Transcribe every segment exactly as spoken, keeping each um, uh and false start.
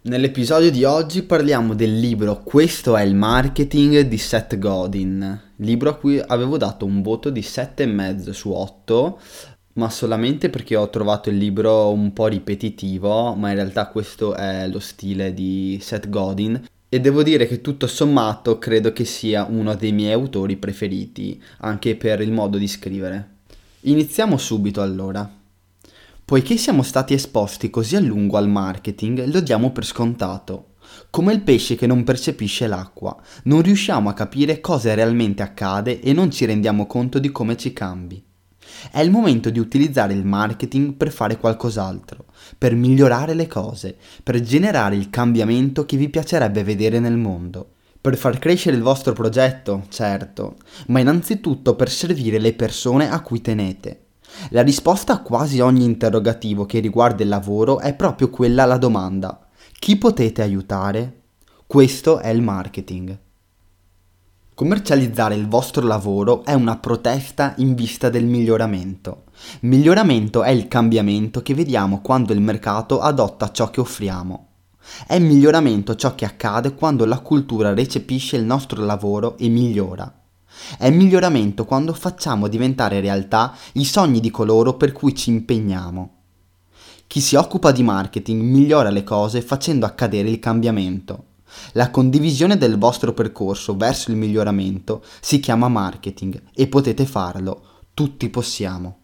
Nell'episodio di oggi parliamo del libro Questo è il marketing di Seth Godin, libro a cui avevo dato un voto di sette virgola cinque su otto, ma solamente perché ho trovato il libro un po' ripetitivo, ma in realtà questo è lo stile di Seth Godin e devo dire che tutto sommato credo che sia uno dei miei autori preferiti, anche per il modo di scrivere. Iniziamo subito allora. Poiché siamo stati esposti così a lungo al marketing, lo diamo per scontato. Come il pesce che non percepisce l'acqua, non riusciamo a capire cosa realmente accade e non ci rendiamo conto di come ci cambi. È il momento di utilizzare il marketing per fare qualcos'altro, per migliorare le cose, per generare il cambiamento che vi piacerebbe vedere nel mondo. Per far crescere il vostro progetto, certo, ma innanzitutto per servire le persone a cui tenete. La risposta a quasi ogni interrogativo che riguarda il lavoro è proprio quella alla domanda: chi potete aiutare? Questo è il marketing. Commercializzare il vostro lavoro è una protesta in vista del miglioramento. Miglioramento è il cambiamento che vediamo quando il mercato adotta ciò che offriamo. È miglioramento ciò che accade quando la cultura recepisce il nostro lavoro e migliora. È miglioramento quando facciamo diventare realtà i sogni di coloro per cui ci impegniamo. Chi si occupa di marketing migliora le cose facendo accadere il cambiamento. La condivisione del vostro percorso verso il miglioramento si chiama marketing e potete farlo, tutti possiamo.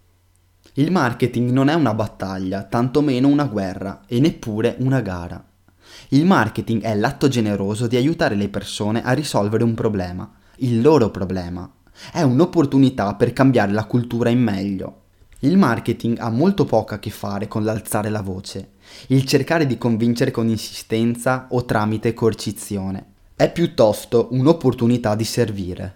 Il marketing non è una battaglia, tantomeno una guerra e neppure una gara. Il marketing è l'atto generoso di aiutare le persone a risolvere un problema. Il loro problema. È un'opportunità per cambiare la cultura in meglio. Il marketing ha molto poco a che fare con l'alzare la voce, il cercare di convincere con insistenza o tramite coercizione. È piuttosto un'opportunità di servire.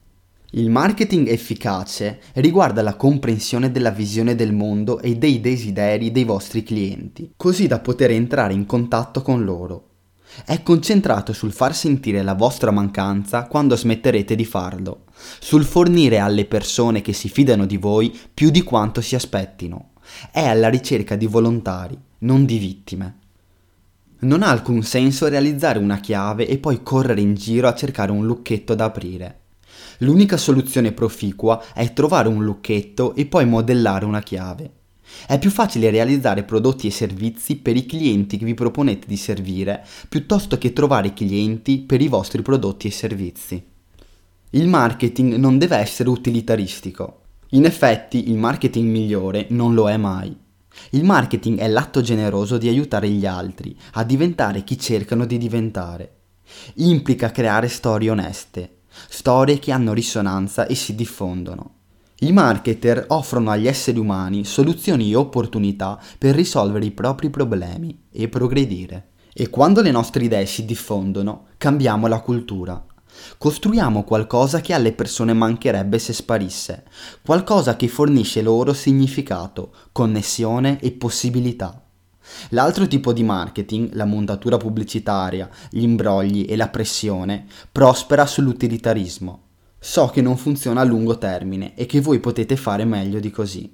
Il marketing efficace riguarda la comprensione della visione del mondo e dei desideri dei vostri clienti, così da poter entrare in contatto con loro. È concentrato sul far sentire la vostra mancanza quando smetterete di farlo, sul fornire alle persone che si fidano di voi più di quanto si aspettino. È alla ricerca di volontari, non di vittime. Non ha alcun senso realizzare una chiave e poi correre in giro a cercare un lucchetto da aprire. L'unica soluzione proficua è trovare un lucchetto e poi modellare una chiave. È più facile realizzare prodotti e servizi per i clienti che vi proponete di servire piuttosto che trovare clienti per i vostri prodotti e servizi. Il marketing non deve essere utilitaristico. In effetti, il marketing migliore non lo è mai. Il marketing è l'atto generoso di aiutare gli altri a diventare chi cercano di diventare. Implica creare storie oneste, storie che hanno risonanza e si diffondono. I marketer offrono agli esseri umani soluzioni e opportunità per risolvere i propri problemi e progredire. E quando le nostre idee si diffondono, cambiamo la cultura. Costruiamo qualcosa che alle persone mancherebbe se sparisse, qualcosa che fornisce loro significato, connessione e possibilità. L'altro tipo di marketing, la montatura pubblicitaria, gli imbrogli e la pressione, prospera sull'utilitarismo. So che non funziona a lungo termine e che voi potete fare meglio di così.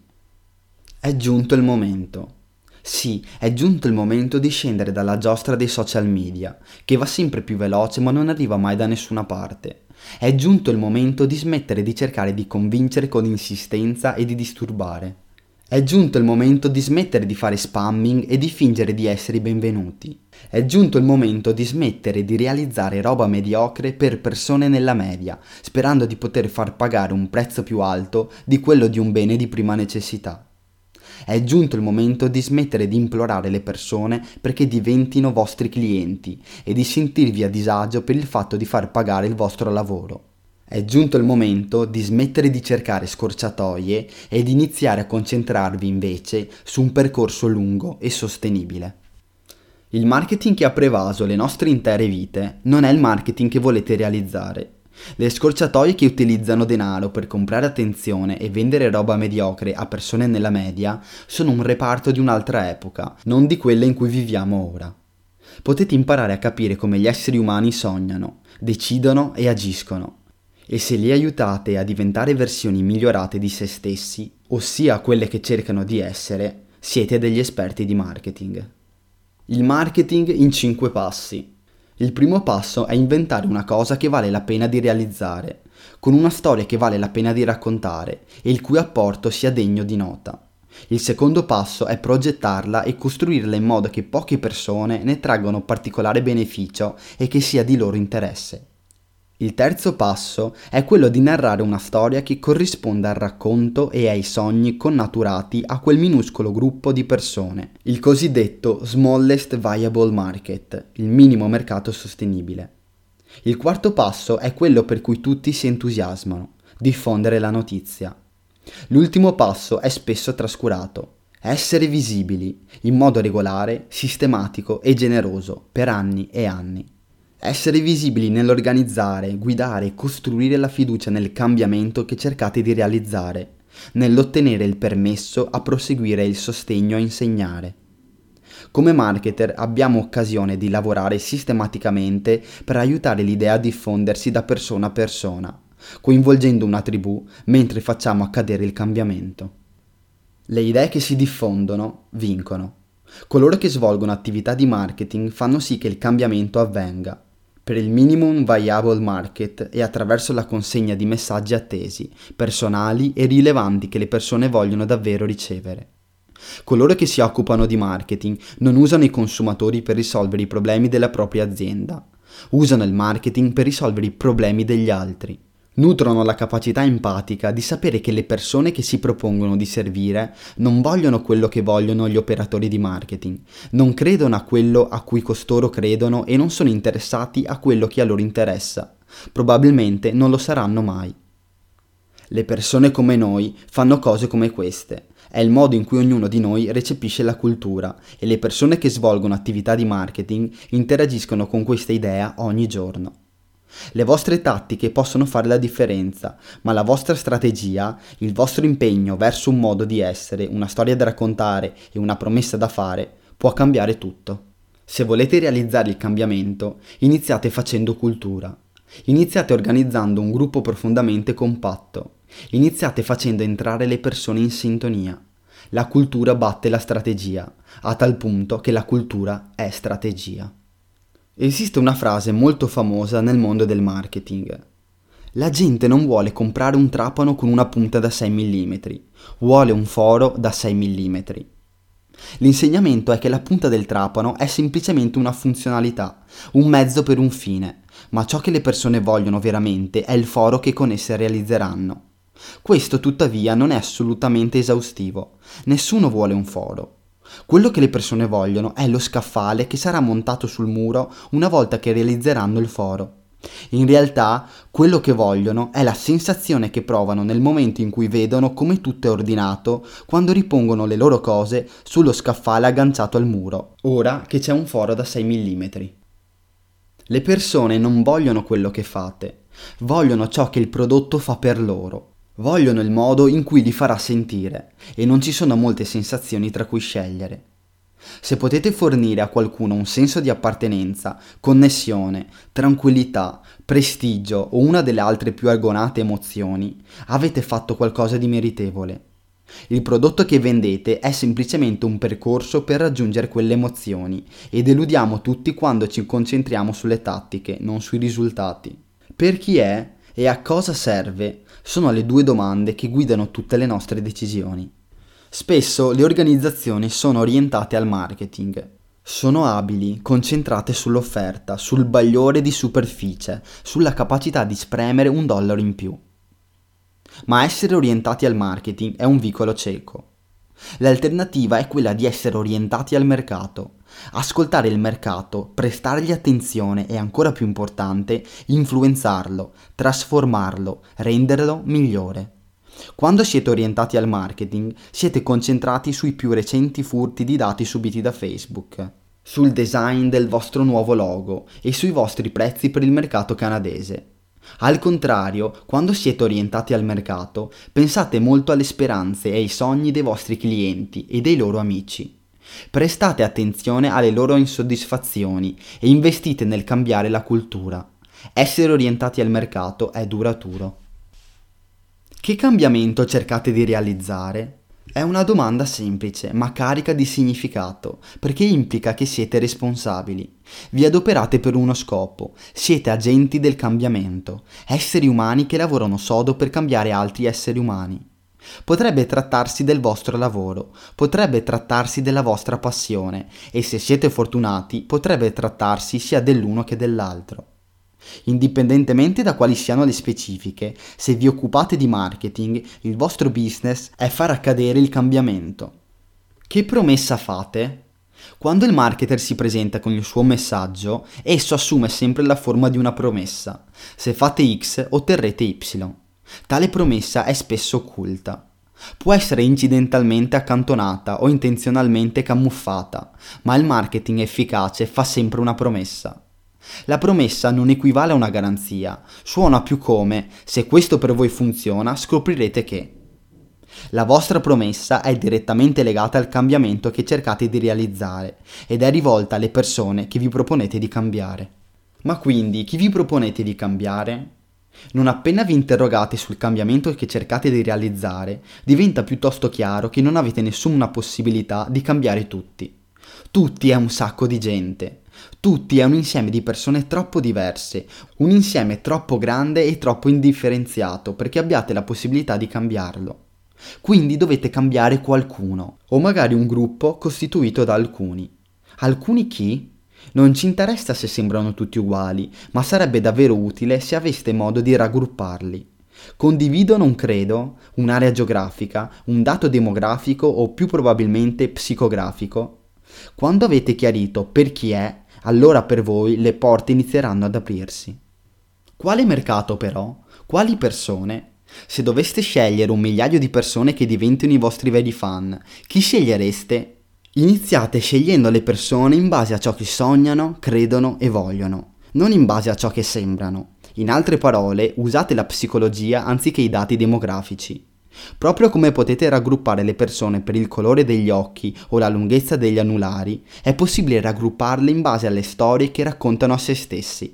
È giunto il momento. Sì, è giunto il momento di scendere dalla giostra dei social media, che va sempre più veloce ma non arriva mai da nessuna parte. È giunto il momento di smettere di cercare di convincere con insistenza e di disturbare. È giunto il momento di smettere di fare spamming e di fingere di essere i benvenuti. È giunto il momento di smettere di realizzare roba mediocre per persone nella media, sperando di poter far pagare un prezzo più alto di quello di un bene di prima necessità. È giunto il momento di smettere di implorare le persone perché diventino vostri clienti e di sentirvi a disagio per il fatto di far pagare il vostro lavoro. È giunto il momento di smettere di cercare scorciatoie e di iniziare a concentrarvi invece su un percorso lungo e sostenibile. Il marketing che ha prevaso le nostre intere vite non è il marketing che volete realizzare. Le scorciatoie che utilizzano denaro per comprare attenzione e vendere roba mediocre a persone nella media sono un reparto di un'altra epoca, non di quella in cui viviamo ora. Potete imparare a capire come gli esseri umani sognano, decidono e agiscono. E se li aiutate a diventare versioni migliorate di se stessi, ossia quelle che cercano di essere, siete degli esperti di marketing. Il marketing in cinque passi. Il primo passo è inventare una cosa che vale la pena di realizzare, con una storia che vale la pena di raccontare e il cui apporto sia degno di nota. Il secondo passo è progettarla e costruirla in modo che poche persone ne traggano particolare beneficio e che sia di loro interesse. Il terzo passo è quello di narrare una storia che corrisponda al racconto e ai sogni connaturati a quel minuscolo gruppo di persone, il cosiddetto smallest viable market, il minimo mercato sostenibile. Il quarto passo è quello per cui tutti si entusiasmano, diffondere la notizia. L'ultimo passo è spesso trascurato, essere visibili, in modo regolare, sistematico e generoso, per anni e anni. Essere visibili nell'organizzare, guidare e costruire la fiducia nel cambiamento che cercate di realizzare, nell'ottenere il permesso a proseguire il sostegno a insegnare. Come marketer abbiamo occasione di lavorare sistematicamente per aiutare l'idea a diffondersi da persona a persona, coinvolgendo una tribù mentre facciamo accadere il cambiamento. Le idee che si diffondono vincono. Coloro che svolgono attività di marketing fanno sì che il cambiamento avvenga per il minimum viable market e attraverso la consegna di messaggi attesi, personali e rilevanti che le persone vogliono davvero ricevere. Coloro che si occupano di marketing non usano i consumatori per risolvere i problemi della propria azienda, usano il marketing per risolvere i problemi degli altri. Nutrono la capacità empatica di sapere che le persone che si propongono di servire non vogliono quello che vogliono gli operatori di marketing, non credono a quello a cui costoro credono e non sono interessati a quello che a loro interessa. Probabilmente non lo saranno mai. Le persone come noi fanno cose come queste. È il modo in cui ognuno di noi recepisce la cultura e le persone che svolgono attività di marketing interagiscono con questa idea ogni giorno. Le vostre tattiche possono fare la differenza, ma la vostra strategia, il vostro impegno verso un modo di essere, una storia da raccontare e una promessa da fare, può cambiare tutto. Se volete realizzare il cambiamento, iniziate facendo cultura. Iniziate organizzando un gruppo profondamente compatto. Iniziate facendo entrare le persone in sintonia. La cultura batte la strategia, a tal punto che la cultura è strategia. Esiste una frase molto famosa nel mondo del marketing. La gente non vuole comprare un trapano con una punta da sei millimetri, vuole un foro da sei millimetri. L'insegnamento è che la punta del trapano è semplicemente una funzionalità, un mezzo per un fine, ma ciò che le persone vogliono veramente è il foro che con esse realizzeranno. Questo tuttavia non è assolutamente esaustivo, nessuno vuole un foro. Quello che le persone vogliono è lo scaffale che sarà montato sul muro una volta che realizzeranno il foro. In realtà, quello che vogliono è la sensazione che provano nel momento in cui vedono come tutto è ordinato quando ripongono le loro cose sullo scaffale agganciato al muro, ora che c'è un foro da sei millimetri. Le persone non vogliono quello che fate, vogliono ciò che il prodotto fa per loro. Vogliono il modo in cui li farà sentire e non ci sono molte sensazioni tra cui scegliere. Se potete fornire a qualcuno un senso di appartenenza, connessione, tranquillità, prestigio o una delle altre più agonate emozioni, avete fatto qualcosa di meritevole. Il prodotto che vendete è semplicemente un percorso per raggiungere quelle emozioni e deludiamo tutti quando ci concentriamo sulle tattiche, non sui risultati. Per chi è e a cosa serve sono le due domande che guidano tutte le nostre decisioni. Spesso le organizzazioni sono orientate al marketing. Sono abili, concentrate sull'offerta, sul bagliore di superficie, sulla capacità di spremere un dollaro in più. Ma essere orientati al marketing è un vicolo cieco. L'alternativa è quella di essere orientati al mercato, ascoltare il mercato, prestargli attenzione e, ancora più importante, influenzarlo, trasformarlo, renderlo migliore. Quando siete orientati al marketing, siete concentrati sui più recenti furti di dati subiti da Facebook, sul design del vostro nuovo logo e sui vostri prezzi per il mercato canadese. Al contrario, quando siete orientati al mercato, pensate molto alle speranze e ai sogni dei vostri clienti e dei loro amici. Prestate attenzione alle loro insoddisfazioni e investite nel cambiare la cultura. Essere orientati al mercato è duraturo. Che cambiamento cercate di realizzare? È una domanda semplice, ma carica di significato, perché implica che siete responsabili. Vi adoperate per uno scopo, siete agenti del cambiamento, esseri umani che lavorano sodo per cambiare altri esseri umani. Potrebbe trattarsi del vostro lavoro, potrebbe trattarsi della vostra passione e se siete fortunati potrebbe trattarsi sia dell'uno che dell'altro. Indipendentemente da quali siano le specifiche, se vi occupate di marketing, il vostro business è far accadere il cambiamento. Che promessa fate? Quando il marketer si presenta con il suo messaggio, esso assume sempre la forma di una promessa. Se fate X, otterrete Y. Tale promessa è spesso occulta. Può essere incidentalmente accantonata o intenzionalmente camuffata, ma il marketing efficace fa sempre una promessa. La promessa non equivale a una garanzia, suona più come se questo per voi funziona scoprirete che. La vostra promessa è direttamente legata al cambiamento che cercate di realizzare ed è rivolta alle persone che vi proponete di cambiare. Ma quindi chi vi proponete di cambiare? Non appena vi interrogate sul cambiamento che cercate di realizzare, diventa piuttosto chiaro che non avete nessuna possibilità di cambiare tutti. Tutti è un sacco di gente. Tutti è un insieme di persone troppo diverse, un insieme troppo grande e troppo indifferenziato perché abbiate la possibilità di cambiarlo. Quindi dovete cambiare qualcuno, o magari un gruppo costituito da alcuni. Alcuni chi? Non ci interessa se sembrano tutti uguali, ma sarebbe davvero utile se aveste modo di raggrupparli. Condividono un credo, un'area geografica, un dato demografico o più probabilmente psicografico? Quando avete chiarito per chi è, allora per voi le porte inizieranno ad aprirsi. Quale mercato però? Quali persone? Se doveste scegliere un migliaio di persone che diventino i vostri veri fan, chi scegliereste? Iniziate scegliendo le persone in base a ciò che sognano, credono e vogliono, non in base a ciò che sembrano. In altre parole, usate la psicologia anziché i dati demografici. Proprio come potete raggruppare le persone per il colore degli occhi o la lunghezza degli anulari, è possibile raggrupparle in base alle storie che raccontano a se stessi.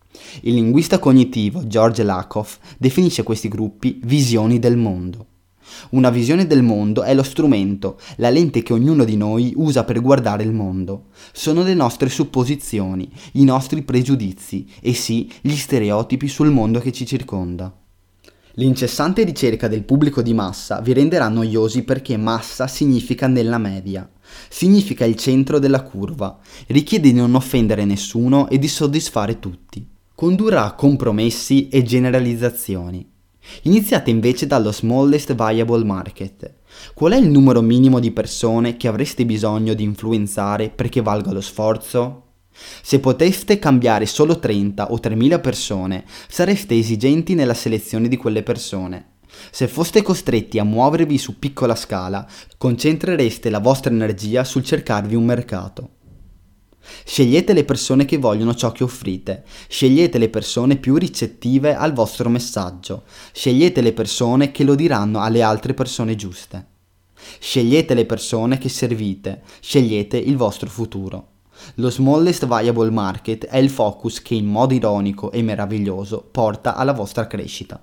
Il linguista cognitivo George Lakoff definisce questi gruppi visioni del mondo. Una visione del mondo è lo strumento, la lente che ognuno di noi usa per guardare il mondo. Sono le nostre supposizioni, i nostri pregiudizi e sì, gli stereotipi sul mondo che ci circonda. L'incessante ricerca del pubblico di massa vi renderà noiosi perché massa significa nella media, significa il centro della curva, richiede di non offendere nessuno e di soddisfare tutti. Condurrà a compromessi e generalizzazioni. Iniziate invece dallo smallest viable market. Qual è il numero minimo di persone che avreste bisogno di influenzare perché valga lo sforzo? Se poteste cambiare solo trenta o tremila persone, sareste esigenti nella selezione di quelle persone. Se foste costretti a muovervi su piccola scala, concentrereste la vostra energia sul cercarvi un mercato. Scegliete le persone che vogliono ciò che offrite, scegliete le persone più ricettive al vostro messaggio, scegliete le persone che lo diranno alle altre persone giuste. Scegliete le persone che servite, scegliete il vostro futuro. Lo smallest viable market è il focus che in modo ironico e meraviglioso porta alla vostra crescita.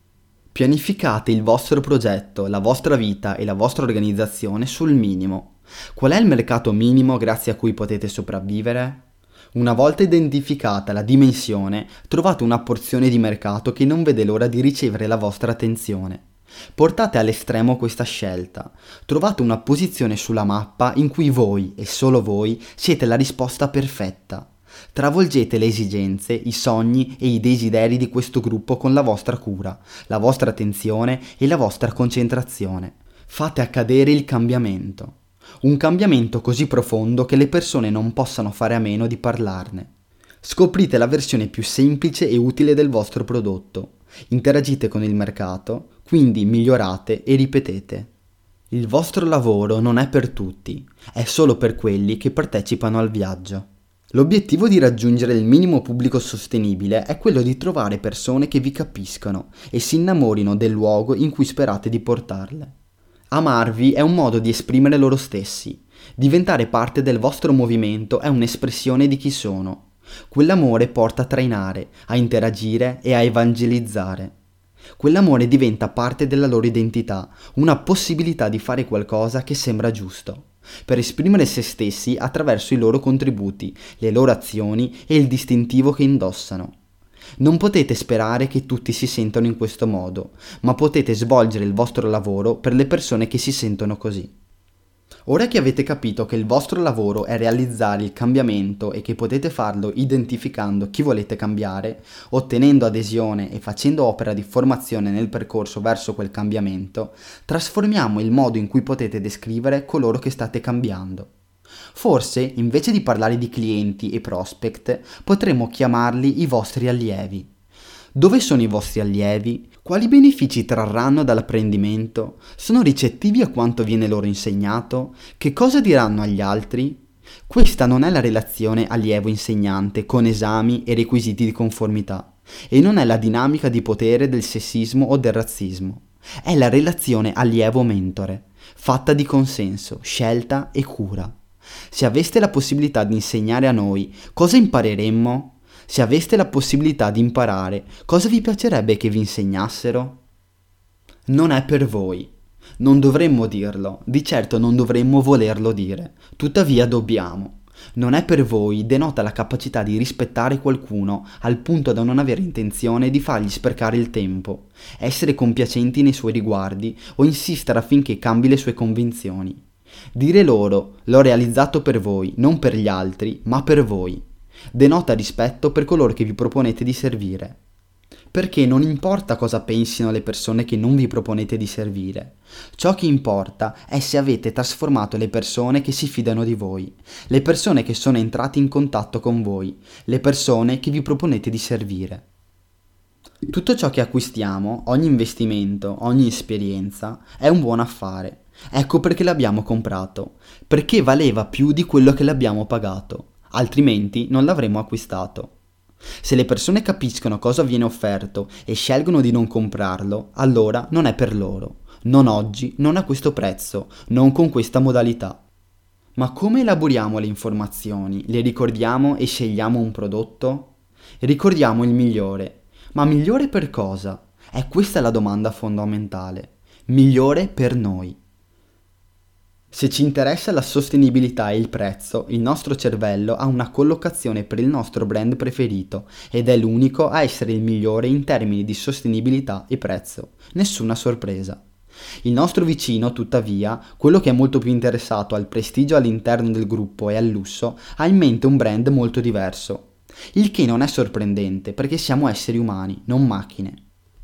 Pianificate il vostro progetto, la vostra vita e la vostra organizzazione sul minimo. Qual è il mercato minimo grazie a cui potete sopravvivere? Una volta identificata la dimensione, trovate una porzione di mercato che non vede l'ora di ricevere la vostra attenzione. Portate all'estremo questa scelta. Trovate una posizione sulla mappa in cui voi, e solo voi, siete la risposta perfetta. Travolgete le esigenze, i sogni e i desideri di questo gruppo con la vostra cura, la vostra attenzione e la vostra concentrazione. Fate accadere il cambiamento. Un cambiamento così profondo che le persone non possano fare a meno di parlarne. Scoprite la versione più semplice e utile del vostro prodotto. Interagite con il mercato, quindi migliorate e ripetete. Il vostro lavoro non è per tutti, è solo per quelli che partecipano al viaggio. L'obiettivo di raggiungere il minimo pubblico sostenibile è quello di trovare persone che vi capiscano e si innamorino del luogo in cui sperate di portarle. Amarvi è un modo di esprimere loro stessi. Diventare parte del vostro movimento è un'espressione di chi sono. Quell'amore porta a trainare, a interagire e a evangelizzare. Quell'amore diventa parte della loro identità, una possibilità di fare qualcosa che sembra giusto, per esprimere se stessi attraverso i loro contributi, le loro azioni e il distintivo che indossano. Non potete sperare che tutti si sentano in questo modo, ma potete svolgere il vostro lavoro per le persone che si sentono così. Ora che avete capito che il vostro lavoro è realizzare il cambiamento e che potete farlo identificando chi volete cambiare, ottenendo adesione e facendo opera di formazione nel percorso verso quel cambiamento, trasformiamo il modo in cui potete descrivere coloro che state cambiando. Forse, invece di parlare di clienti e prospect, potremmo chiamarli i vostri allievi. Dove sono i vostri allievi? Quali benefici trarranno dall'apprendimento? Sono ricettivi a quanto viene loro insegnato? Che cosa diranno agli altri? Questa non è la relazione allievo-insegnante con esami e requisiti di conformità, e non è la dinamica di potere del sessismo o del razzismo. È la relazione allievo-mentore, fatta di consenso, scelta e cura. Se aveste la possibilità di insegnare a noi, cosa impareremmo? Se aveste la possibilità di imparare, cosa vi piacerebbe che vi insegnassero? Non è per voi. Non dovremmo dirlo, di certo non dovremmo volerlo dire, tuttavia dobbiamo. Non è per voi denota la capacità di rispettare qualcuno al punto da non avere intenzione di fargli sprecare il tempo, essere compiacenti nei suoi riguardi o insistere affinché cambi le sue convinzioni. Dire loro, l'ho realizzato per voi, non per gli altri, ma per voi. Denota rispetto per coloro che vi proponete di servire. Perché non importa cosa pensino le persone che non vi proponete di servire. Ciò che importa è se avete trasformato le persone che si fidano di voi, le persone che sono entrate in contatto con voi, le persone che vi proponete di servire. Tutto ciò che acquistiamo, ogni investimento, ogni esperienza, è un buon affare. Ecco perché l'abbiamo comprato, perché valeva più di quello che l'abbiamo pagato. Altrimenti non l'avremmo acquistato. Se le persone capiscono cosa viene offerto e scelgono di non comprarlo, allora non è per loro. Non oggi, non a questo prezzo, non con questa modalità. Ma come elaboriamo le informazioni? Le ricordiamo e scegliamo un prodotto? Ricordiamo il migliore. Ma migliore per cosa? È questa la domanda fondamentale. Migliore per noi. Se ci interessa la sostenibilità e il prezzo, il nostro cervello ha una collocazione per il nostro brand preferito ed è l'unico a essere il migliore in termini di sostenibilità e prezzo. Nessuna sorpresa. Il nostro vicino, tuttavia, quello che è molto più interessato al prestigio all'interno del gruppo e al lusso, ha in mente un brand molto diverso. Il che non è sorprendente perché siamo esseri umani, non macchine.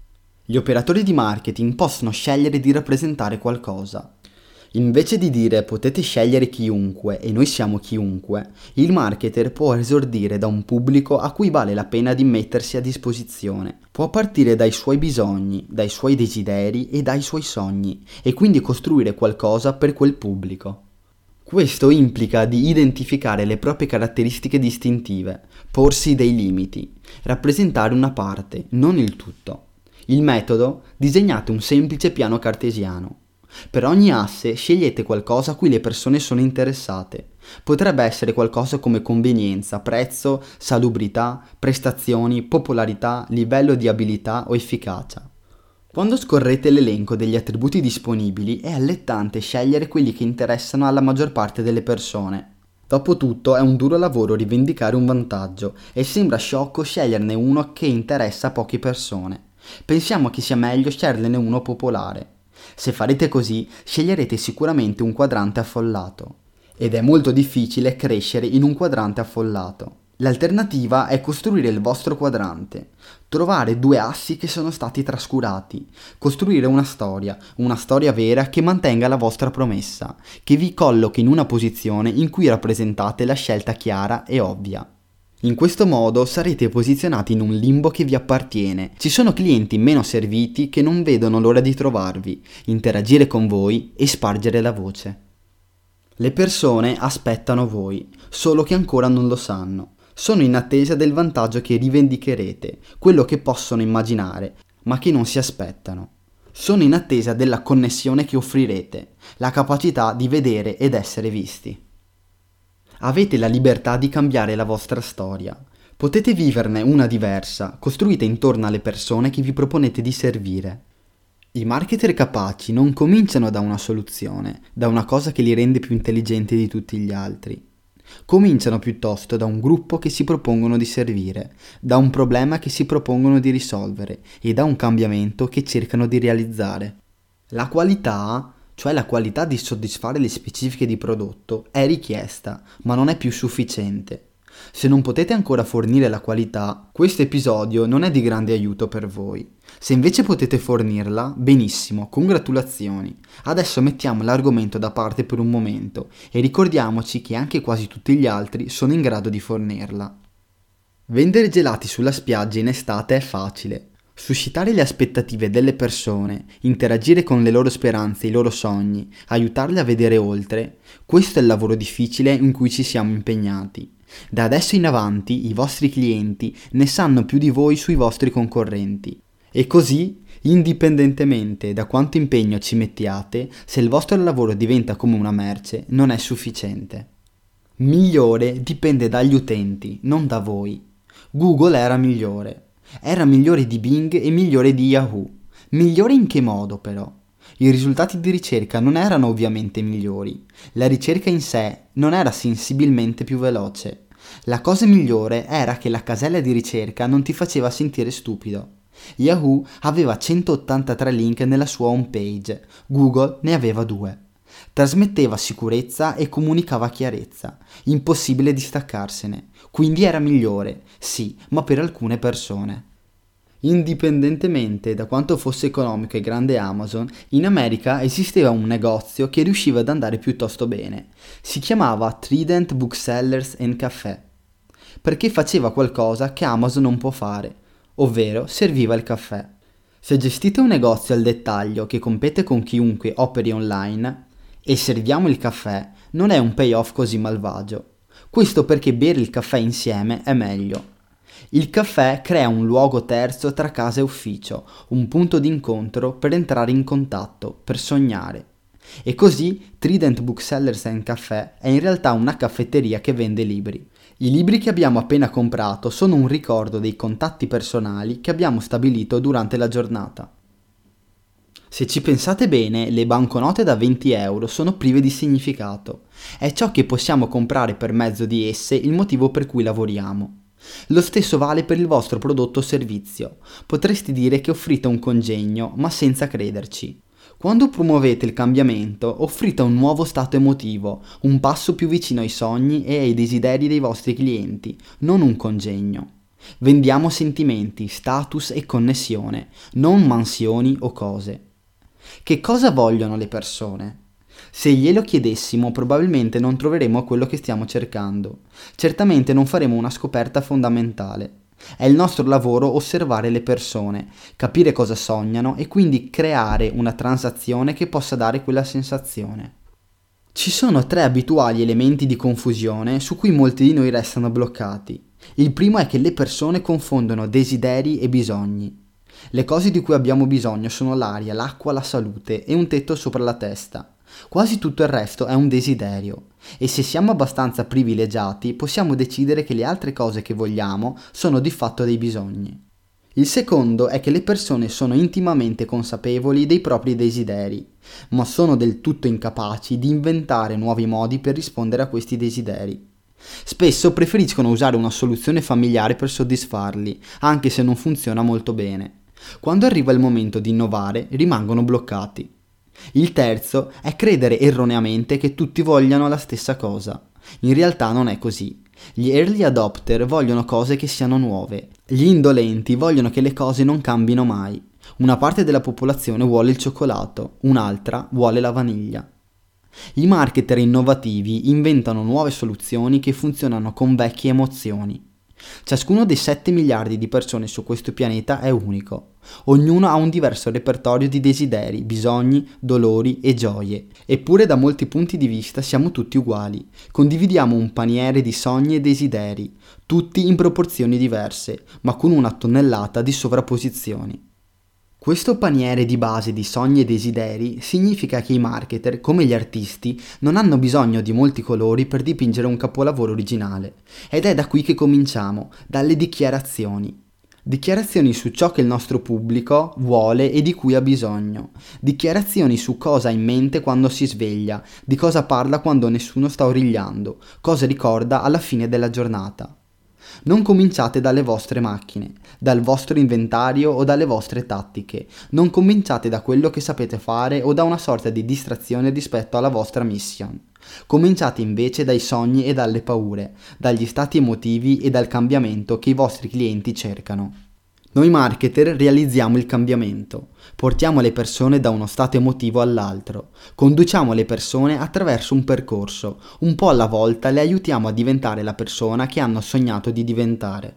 Gli operatori di marketing possono scegliere di rappresentare qualcosa. Invece di dire potete scegliere chiunque e noi siamo chiunque, il marketer può esordire da un pubblico a cui vale la pena di mettersi a disposizione. Può partire dai suoi bisogni, dai suoi desideri e dai suoi sogni e quindi costruire qualcosa per quel pubblico. Questo implica di identificare le proprie caratteristiche distintive, porsi dei limiti, rappresentare una parte, non il tutto. Il metodo? Disegnate un semplice piano cartesiano. Per ogni asse scegliete qualcosa a cui le persone sono interessate. Potrebbe essere qualcosa come convenienza, prezzo, salubrità, prestazioni, popolarità, livello di abilità o efficacia. Quando scorrete l'elenco degli attributi disponibili è allettante scegliere quelli che interessano alla maggior parte delle persone. Dopotutto è un duro lavoro rivendicare un vantaggio e sembra sciocco sceglierne uno che interessa a poche persone. Pensiamo che sia meglio sceglierne uno popolare. Se farete così, sceglierete sicuramente un quadrante affollato. Ed è molto difficile crescere in un quadrante affollato. L'alternativa è costruire il vostro quadrante, trovare due assi che sono stati trascurati, costruire una storia, una storia vera che mantenga la vostra promessa, che vi collochi in una posizione in cui rappresentate la scelta chiara e ovvia. In questo modo sarete posizionati in un limbo che vi appartiene. Ci sono clienti meno serviti che non vedono l'ora di trovarvi, interagire con voi e spargere la voce. Le persone aspettano voi, solo che ancora non lo sanno. Sono in attesa del vantaggio che rivendicherete, quello che possono immaginare, ma che non si aspettano. Sono in attesa della connessione che offrirete, la capacità di vedere ed essere visti. Avete la libertà di cambiare la vostra storia. Potete viverne una diversa, costruita intorno alle persone che vi proponete di servire. I marketer capaci non cominciano da una soluzione, da una cosa che li rende più intelligenti di tutti gli altri. Cominciano piuttosto da un gruppo che si propongono di servire, da un problema che si propongono di risolvere e da un cambiamento che cercano di realizzare. La qualità, cioè la qualità di soddisfare le specifiche di prodotto, è richiesta, ma non è più sufficiente. Se non potete ancora fornire la qualità, questo episodio non è di grande aiuto per voi. Se invece potete fornirla, benissimo, congratulazioni. Adesso mettiamo l'argomento da parte per un momento e ricordiamoci che anche quasi tutti gli altri sono in grado di fornirla. Vendere gelati sulla spiaggia in estate è facile. Suscitare le aspettative delle persone, interagire con le loro speranze e i loro sogni, aiutarle a vedere oltre, questo è il lavoro difficile in cui ci siamo impegnati. Da adesso in avanti i vostri clienti ne sanno più di voi sui vostri concorrenti. E così, indipendentemente da quanto impegno ci mettiate, se il vostro lavoro diventa come una merce, non è sufficiente. Migliore dipende dagli utenti, non da voi. Google era migliore. Era migliore di Bing e migliore di Yahoo. Migliore in che modo però? I risultati di ricerca non erano ovviamente migliori. La ricerca in sé non era sensibilmente più veloce. La cosa migliore era che la casella di ricerca non ti faceva sentire stupido. Yahoo aveva centottantatré link nella sua home page, Google ne aveva due. Trasmetteva sicurezza e comunicava chiarezza, impossibile distaccarsene, quindi era migliore, sì, ma per alcune persone. Indipendentemente da quanto fosse economico e grande Amazon, in America esisteva un negozio che riusciva ad andare piuttosto bene. Si chiamava Trident Booksellers and Café, perché faceva qualcosa che Amazon non può fare, ovvero serviva il caffè. Se gestite un negozio al dettaglio che compete con chiunque operi online e serviamo il caffè, non è un payoff così malvagio. Questo perché bere il caffè insieme è meglio. Il caffè crea un luogo terzo tra casa e ufficio, un punto di incontro per entrare in contatto, per sognare. E così Trident Booksellers and Café è in realtà una caffetteria che vende libri. I libri che abbiamo appena comprato sono un ricordo dei contatti personali che abbiamo stabilito durante la giornata. Se ci pensate bene, le banconote da venti euro sono prive di significato. È ciò che possiamo comprare per mezzo di esse il motivo per cui lavoriamo. Lo stesso vale per il vostro prodotto o servizio. Potreste dire che offrite un congegno, ma senza crederci. Quando promuovete il cambiamento, offrite un nuovo stato emotivo, un passo più vicino ai sogni e ai desideri dei vostri clienti, non un congegno. Vendiamo sentimenti, status e connessione, non mansioni o cose. Che cosa vogliono le persone? Se glielo chiedessimo, probabilmente non troveremo quello che stiamo cercando. Certamente non faremo una scoperta fondamentale. È il nostro lavoro osservare le persone, capire cosa sognano e quindi creare una transazione che possa dare quella sensazione. Ci sono tre abituali elementi di confusione su cui molti di noi restano bloccati. Il primo è che le persone confondono desideri e bisogni. Le cose di cui abbiamo bisogno sono l'aria, l'acqua, la salute e un tetto sopra la testa. Quasi tutto il resto è un desiderio e se siamo abbastanza privilegiati possiamo decidere che le altre cose che vogliamo sono di fatto dei bisogni. Il secondo è che le persone sono intimamente consapevoli dei propri desideri, ma sono del tutto incapaci di inventare nuovi modi per rispondere a questi desideri. Spesso preferiscono usare una soluzione familiare per soddisfarli, anche se non funziona molto bene. Quando arriva il momento di innovare, rimangono bloccati. Il terzo è credere erroneamente che tutti vogliano la stessa cosa. In realtà non è così. Gli early adopter vogliono cose che siano nuove. Gli indolenti vogliono che le cose non cambino mai. Una parte della popolazione vuole il cioccolato, un'altra vuole la vaniglia. I marketer innovativi inventano nuove soluzioni che funzionano con vecchie emozioni. Ciascuno dei sette miliardi di persone su questo pianeta è unico. Ognuno ha un diverso repertorio di desideri, bisogni, dolori e gioie. Eppure da molti punti di vista siamo tutti uguali. Condividiamo un paniere di sogni e desideri, tutti in proporzioni diverse, ma con una tonnellata di sovrapposizioni. Questo paniere di base di sogni e desideri significa che i marketer, come gli artisti, non hanno bisogno di molti colori per dipingere un capolavoro originale. Ed è da qui che cominciamo, dalle dichiarazioni. Dichiarazioni su ciò che il nostro pubblico vuole e di cui ha bisogno. Dichiarazioni su cosa ha in mente quando si sveglia, di cosa parla quando nessuno sta origliando, cosa ricorda alla fine della giornata. Non cominciate dalle vostre macchine, dal vostro inventario o dalle vostre tattiche. Non cominciate da quello che sapete fare o da una sorta di distrazione rispetto alla vostra mission. Cominciate invece dai sogni e dalle paure, dagli stati emotivi e dal cambiamento che i vostri clienti cercano. Noi marketer realizziamo il cambiamento, portiamo le persone da uno stato emotivo all'altro, conduciamo le persone attraverso un percorso, un po' alla volta le aiutiamo a diventare la persona che hanno sognato di diventare.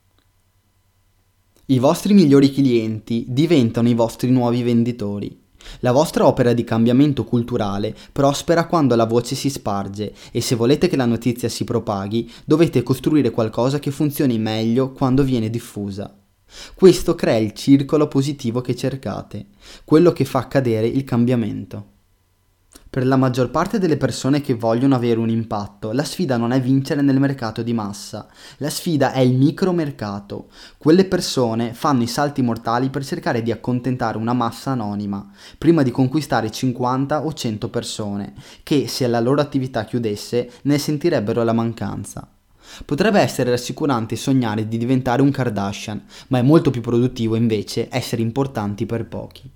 I vostri migliori clienti diventano i vostri nuovi venditori. La vostra opera di cambiamento culturale prospera quando la voce si sparge e se volete che la notizia si propaghi, dovete costruire qualcosa che funzioni meglio quando viene diffusa. Questo crea il circolo positivo che cercate, quello che fa accadere il cambiamento. Per la maggior parte delle persone che vogliono avere un impatto, la sfida non è vincere nel mercato di massa, la sfida è il micromercato. Quelle persone fanno i salti mortali per cercare di accontentare una massa anonima, prima di conquistare cinquanta o cento persone, che se la loro attività chiudesse ne sentirebbero la mancanza. Potrebbe essere rassicurante sognare di diventare un Kardashian, ma è molto più produttivo invece essere importanti per pochi.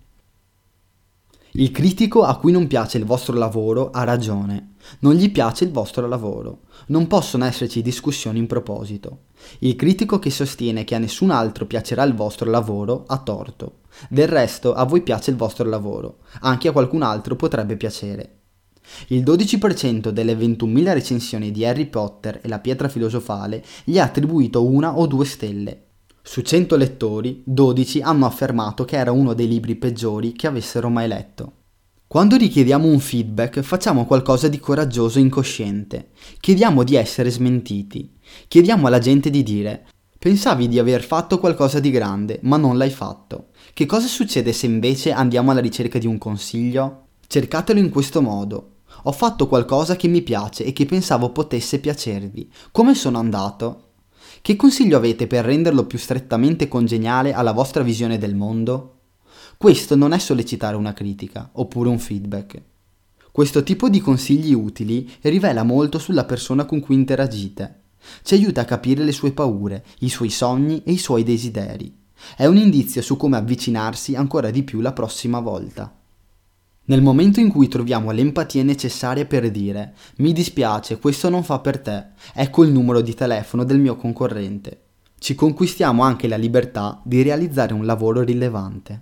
Il critico a cui non piace il vostro lavoro ha ragione, non gli piace il vostro lavoro, non possono esserci discussioni in proposito. Il critico che sostiene che a nessun altro piacerà il vostro lavoro ha torto, del resto a voi piace il vostro lavoro, anche a qualcun altro potrebbe piacere. Il dodici per cento delle ventunomila recensioni di Harry Potter e la pietra filosofale gli ha attribuito una o due stelle. Su cento lettori, dodici hanno affermato che era uno dei libri peggiori che avessero mai letto. Quando richiediamo un feedback facciamo qualcosa di coraggioso e incosciente. Chiediamo di essere smentiti. Chiediamo alla gente di dire: pensavi di aver fatto qualcosa di grande, ma non l'hai fatto. Che cosa succede se invece andiamo alla ricerca di un consiglio? Cercatelo in questo modo. Ho fatto qualcosa che mi piace e che pensavo potesse piacervi. Come sono andato? Che consiglio avete per renderlo più strettamente congeniale alla vostra visione del mondo? Questo non è sollecitare una critica oppure un feedback. Questo tipo di consigli utili rivela molto sulla persona con cui interagite. Ci aiuta a capire le sue paure, i suoi sogni e i suoi desideri. È un indizio su come avvicinarsi ancora di più la prossima volta. Nel momento in cui troviamo l'empatia necessaria per dire «mi dispiace, questo non fa per te, ecco il numero di telefono del mio concorrente», ci conquistiamo anche la libertà di realizzare un lavoro rilevante.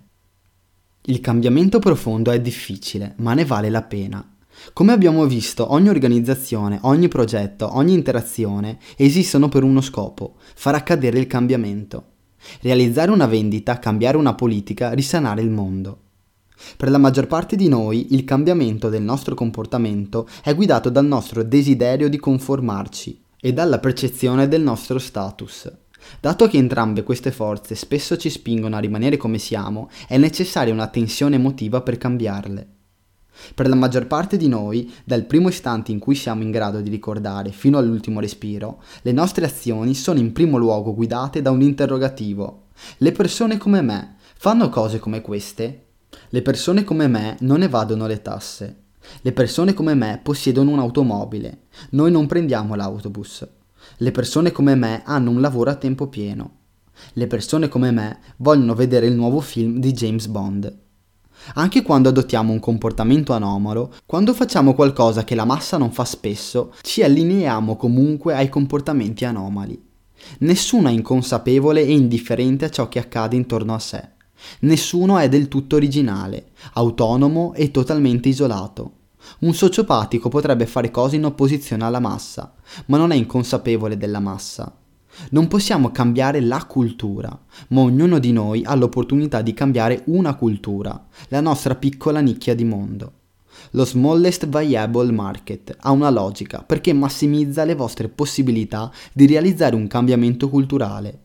Il cambiamento profondo è difficile, ma ne vale la pena. Come abbiamo visto, ogni organizzazione, ogni progetto, ogni interazione esistono per uno scopo, far accadere il cambiamento. Realizzare una vendita, cambiare una politica, risanare il mondo. Per la maggior parte di noi il cambiamento del nostro comportamento è guidato dal nostro desiderio di conformarci e dalla percezione del nostro status. Dato che entrambe queste forze spesso ci spingono a rimanere come siamo, è necessaria una tensione emotiva per cambiarle. Per la maggior parte di noi, dal primo istante in cui siamo in grado di ricordare fino all'ultimo respiro, le nostre azioni sono in primo luogo guidate da un interrogativo. Le persone come me fanno cose come queste? Le persone come me non evadono le tasse. Le persone come me possiedono un'automobile. Noi non prendiamo l'autobus. Le persone come me hanno un lavoro a tempo pieno. Le persone come me vogliono vedere il nuovo film di James Bond. Anche quando adottiamo un comportamento anomalo, quando facciamo qualcosa che la massa non fa spesso, ci allineiamo comunque ai comportamenti anomali. Nessuno è inconsapevole e indifferente a ciò che accade intorno a sé. Nessuno è del tutto originale, autonomo e totalmente isolato. Un sociopatico potrebbe fare cose in opposizione alla massa, ma non è inconsapevole della massa. Non possiamo cambiare la cultura, ma ognuno di noi ha l'opportunità di cambiare una cultura, la nostra piccola nicchia di mondo. Lo smallest viable market ha una logica perché massimizza le vostre possibilità di realizzare un cambiamento culturale.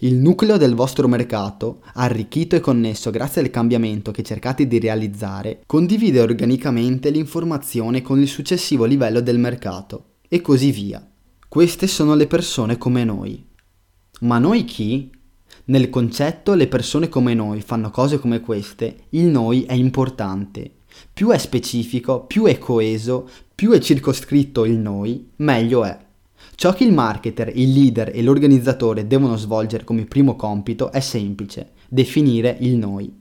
Il nucleo del vostro mercato, arricchito e connesso grazie al cambiamento che cercate di realizzare, condivide organicamente l'informazione con il successivo livello del mercato, e così via. Queste sono le persone come noi. Ma noi chi? Nel concetto le persone come noi fanno cose come queste, il noi è importante. Più è specifico, più è coeso, più è circoscritto il noi, meglio è. Ciò che il marketer, il leader e l'organizzatore devono svolgere come primo compito è semplice: definire il noi.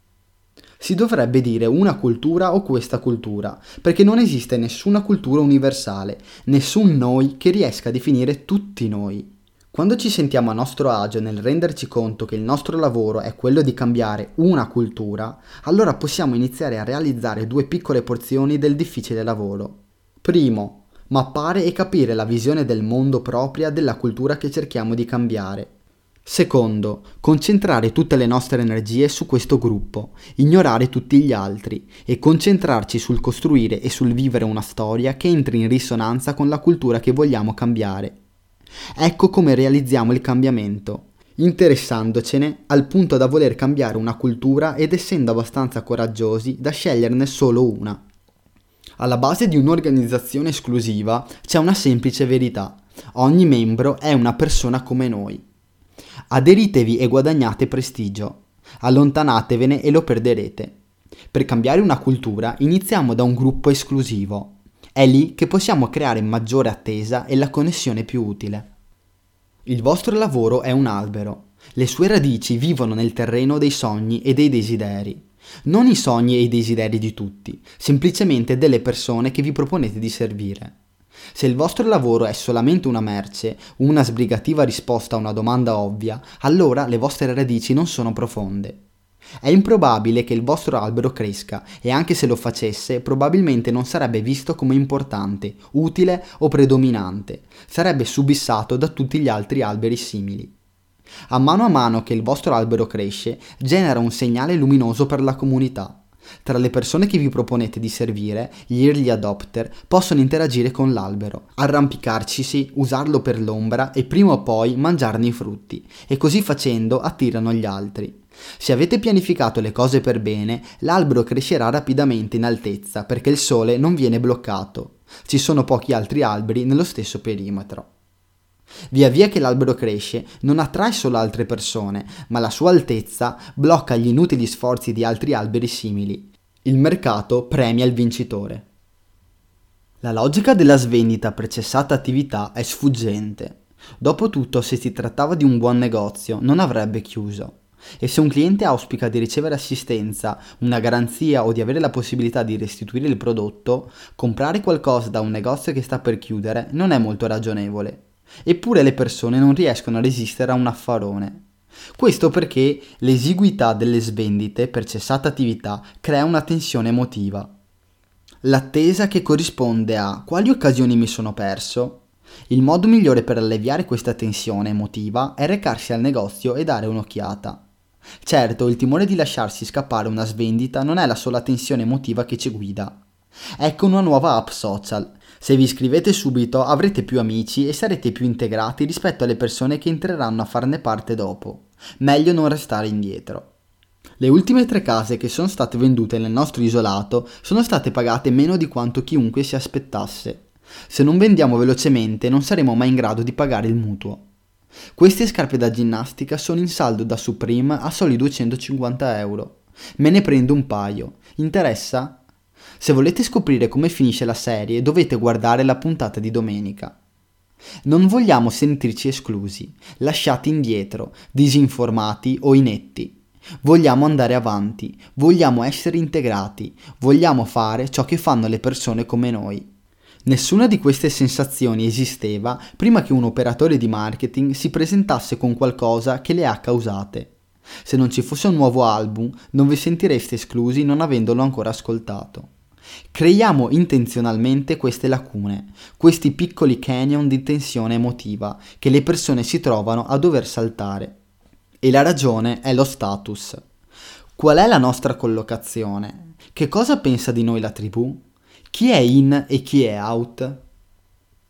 Si dovrebbe dire una cultura o questa cultura, perché non esiste nessuna cultura universale, nessun noi che riesca a definire tutti noi. Quando ci sentiamo a nostro agio nel renderci conto che il nostro lavoro è quello di cambiare una cultura, allora possiamo iniziare a realizzare due piccole porzioni del difficile lavoro. Primo, mappare e capire la visione del mondo propria della cultura che cerchiamo di cambiare. Secondo, concentrare tutte le nostre energie su questo gruppo, ignorare tutti gli altri e concentrarci sul costruire e sul vivere una storia che entri in risonanza con la cultura che vogliamo cambiare. Ecco come realizziamo il cambiamento, interessandocene al punto da voler cambiare una cultura ed essendo abbastanza coraggiosi da sceglierne solo una. Alla base di un'organizzazione esclusiva c'è una semplice verità: ogni membro è una persona come noi. Aderitevi e guadagnate prestigio, allontanatevene e lo perderete. Per cambiare una cultura iniziamo da un gruppo esclusivo. È lì che possiamo creare maggiore attesa e la connessione più utile. Il vostro lavoro è un albero. Le sue radici vivono nel terreno dei sogni e dei desideri. Non i sogni e i desideri di tutti, semplicemente delle persone che vi proponete di servire. Se il vostro lavoro è solamente una merce, una sbrigativa risposta a una domanda ovvia, allora le vostre radici non sono profonde. È improbabile che il vostro albero cresca e anche se lo facesse, probabilmente non sarebbe visto come importante, utile o predominante. Sarebbe subissato da tutti gli altri alberi simili. A mano a mano che il vostro albero cresce, genera un segnale luminoso per la comunità. Tra le persone che vi proponete di servire, gli early adopter possono interagire con l'albero, arrampicarcisi, usarlo per l'ombra e prima o poi mangiarne i frutti, e così facendo attirano gli altri. Se avete pianificato le cose per bene, l'albero crescerà rapidamente in altezza perché il sole non viene bloccato. Ci sono pochi altri alberi nello stesso perimetro. Via via che l'albero cresce, non attrae solo altre persone, ma la sua altezza blocca gli inutili sforzi di altri alberi simili. Il mercato premia il vincitore. La logica della svendita per cessata attività è sfuggente. Dopotutto, se si trattava di un buon negozio, non avrebbe chiuso. E se un cliente auspica di ricevere assistenza, una garanzia o di avere la possibilità di restituire il prodotto, comprare qualcosa da un negozio che sta per chiudere non è molto ragionevole. Eppure le persone non riescono a resistere a un affarone. Questo perché l'esiguità delle svendite per cessata attività crea una tensione emotiva. L'attesa che corrisponde a quali occasioni mi sono perso? Il modo migliore per alleviare questa tensione emotiva è recarsi al negozio e dare un'occhiata. Certo, il timore di lasciarsi scappare una svendita non è la sola tensione emotiva che ci guida. Ecco una nuova app social. Se vi iscrivete subito avrete più amici e sarete più integrati rispetto alle persone che entreranno a farne parte dopo. Meglio non restare indietro. Le ultime tre case che sono state vendute nel nostro isolato sono state pagate meno di quanto chiunque si aspettasse. Se non vendiamo velocemente non saremo mai in grado di pagare il mutuo. Queste scarpe da ginnastica sono in saldo da Supreme a soli duecentocinquanta euro. Me ne prendo un paio. Interessa? Se volete scoprire come finisce la serie dovete guardare la puntata di domenica. Non vogliamo sentirci esclusi, lasciati indietro, disinformati o inetti. Vogliamo andare avanti, vogliamo essere integrati, vogliamo fare ciò che fanno le persone come noi. Nessuna di queste sensazioni esisteva prima che un operatore di marketing si presentasse con qualcosa che le ha causate. Se non ci fosse un nuovo album, non vi sentireste esclusi non avendolo ancora ascoltato. Creiamo intenzionalmente queste lacune, questi piccoli canyon di tensione emotiva che le persone si trovano a dover saltare. E la ragione è lo status. Qual è la nostra collocazione? Che cosa pensa di noi la tribù? Chi è in e chi è out?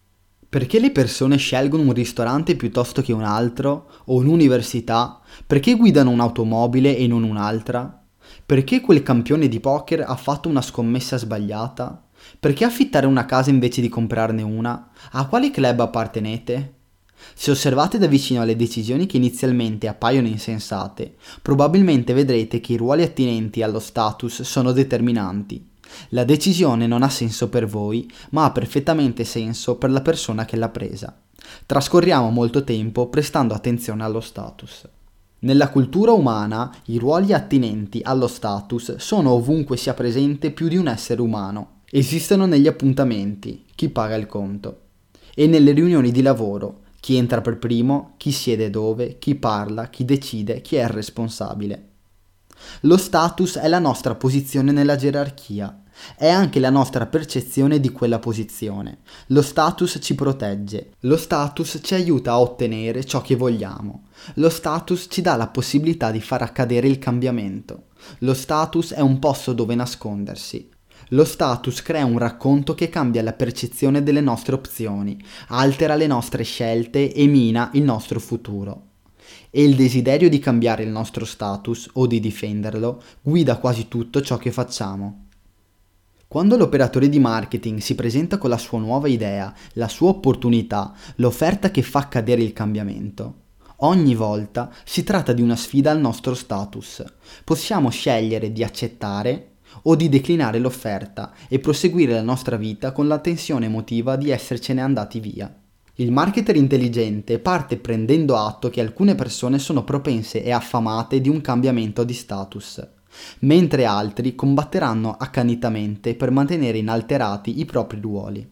Perché le persone scelgono un ristorante piuttosto che un altro, o un'università? Perché guidano un'automobile e non un'altra? Perché quel campione di poker ha fatto una scommessa sbagliata? Perché affittare una casa invece di comprarne una? A quale club appartenete? Se osservate da vicino le decisioni che inizialmente appaiono insensate, probabilmente vedrete che i ruoli attinenti allo status sono determinanti. La decisione non ha senso per voi, ma ha perfettamente senso per la persona che l'ha presa. Trascorriamo molto tempo prestando attenzione allo status. Nella cultura umana, i ruoli attinenti allo status sono ovunque sia presente più di un essere umano. Esistono negli appuntamenti, chi paga il conto, e nelle riunioni di lavoro, chi entra per primo, chi siede dove, chi parla, chi decide, chi è il responsabile. Lo status è la nostra posizione nella gerarchia, è anche la nostra percezione di quella posizione. Lo status ci protegge, lo status ci aiuta a ottenere ciò che vogliamo, lo status ci dà la possibilità di far accadere il cambiamento, lo status è un posto dove nascondersi. Lo status crea un racconto che cambia la percezione delle nostre opzioni, altera le nostre scelte e mina il nostro futuro. E il desiderio di cambiare il nostro status o di difenderlo guida quasi tutto ciò che facciamo. Quando l'operatore di marketing si presenta con la sua nuova idea, la sua opportunità, l'offerta che fa accadere il cambiamento, ogni volta si tratta di una sfida al nostro status. Possiamo scegliere di accettare o di declinare l'offerta e proseguire la nostra vita con la tensione emotiva di essercene andati via. Il marketer intelligente parte prendendo atto che alcune persone sono propense e affamate di un cambiamento di status, mentre altri combatteranno accanitamente per mantenere inalterati i propri ruoli.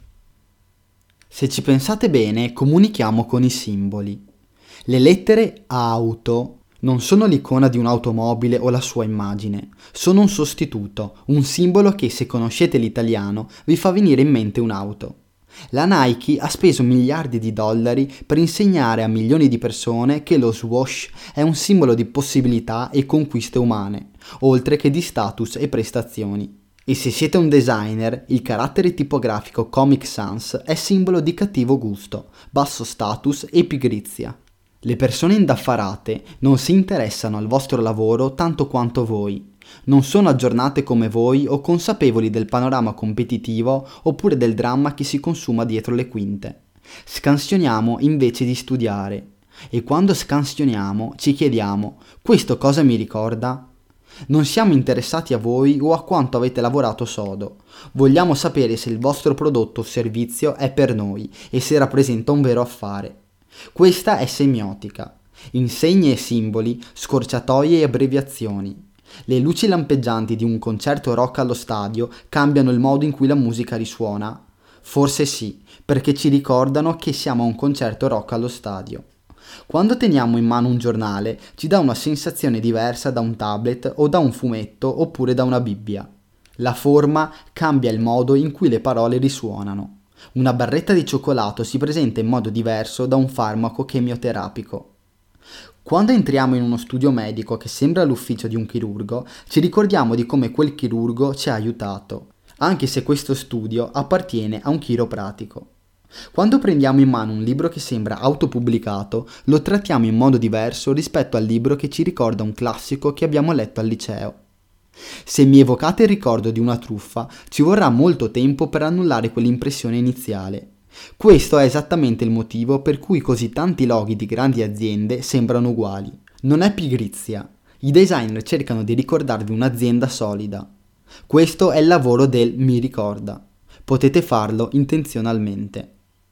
Se ci pensate bene, comunichiamo con i simboli. Le lettere auto non sono l'icona di un'automobile o la sua immagine, sono un sostituto, un simbolo che, se conoscete l'italiano, vi fa venire in mente un'auto. La Nike ha speso miliardi di dollari per insegnare a milioni di persone che lo swoosh è un simbolo di possibilità e conquiste umane, oltre che di status e prestazioni. E se siete un designer, il carattere tipografico Comic Sans è simbolo di cattivo gusto, basso status e pigrizia. Le persone indaffarate non si interessano al vostro lavoro tanto quanto voi. Non sono aggiornate come voi o consapevoli del panorama competitivo oppure del dramma che si consuma dietro le quinte. Scansioniamo invece di studiare. E quando scansioniamo ci chiediamo: questo cosa mi ricorda? Non siamo interessati a voi o a quanto avete lavorato sodo. Vogliamo sapere se il vostro prodotto o servizio è per noi e se rappresenta un vero affare. Questa è semiotica. Insegne e simboli, scorciatoie e abbreviazioni. Le luci lampeggianti di un concerto rock allo stadio cambiano il modo in cui la musica risuona? Forse sì, perché ci ricordano che siamo a un concerto rock allo stadio. Quando teniamo in mano un giornale, ci dà una sensazione diversa da un tablet o da un fumetto oppure da una Bibbia. La forma cambia il modo in cui le parole risuonano. Una barretta di cioccolato si presenta in modo diverso da un farmaco chemioterapico. Quando entriamo in uno studio medico che sembra l'ufficio di un chirurgo, ci ricordiamo di come quel chirurgo ci ha aiutato, anche se questo studio appartiene a un chiropratico. Quando prendiamo in mano un libro che sembra autopubblicato, lo trattiamo in modo diverso rispetto al libro che ci ricorda un classico che abbiamo letto al liceo. Se mi evocate il ricordo di una truffa, ci vorrà molto tempo per annullare quell'impressione iniziale. Questo è esattamente il motivo per cui così tanti loghi di grandi aziende sembrano uguali. Non è pigrizia. I designer cercano di ricordarvi un'azienda solida. Questo è il lavoro del mi ricorda. Potete farlo intenzionalmente.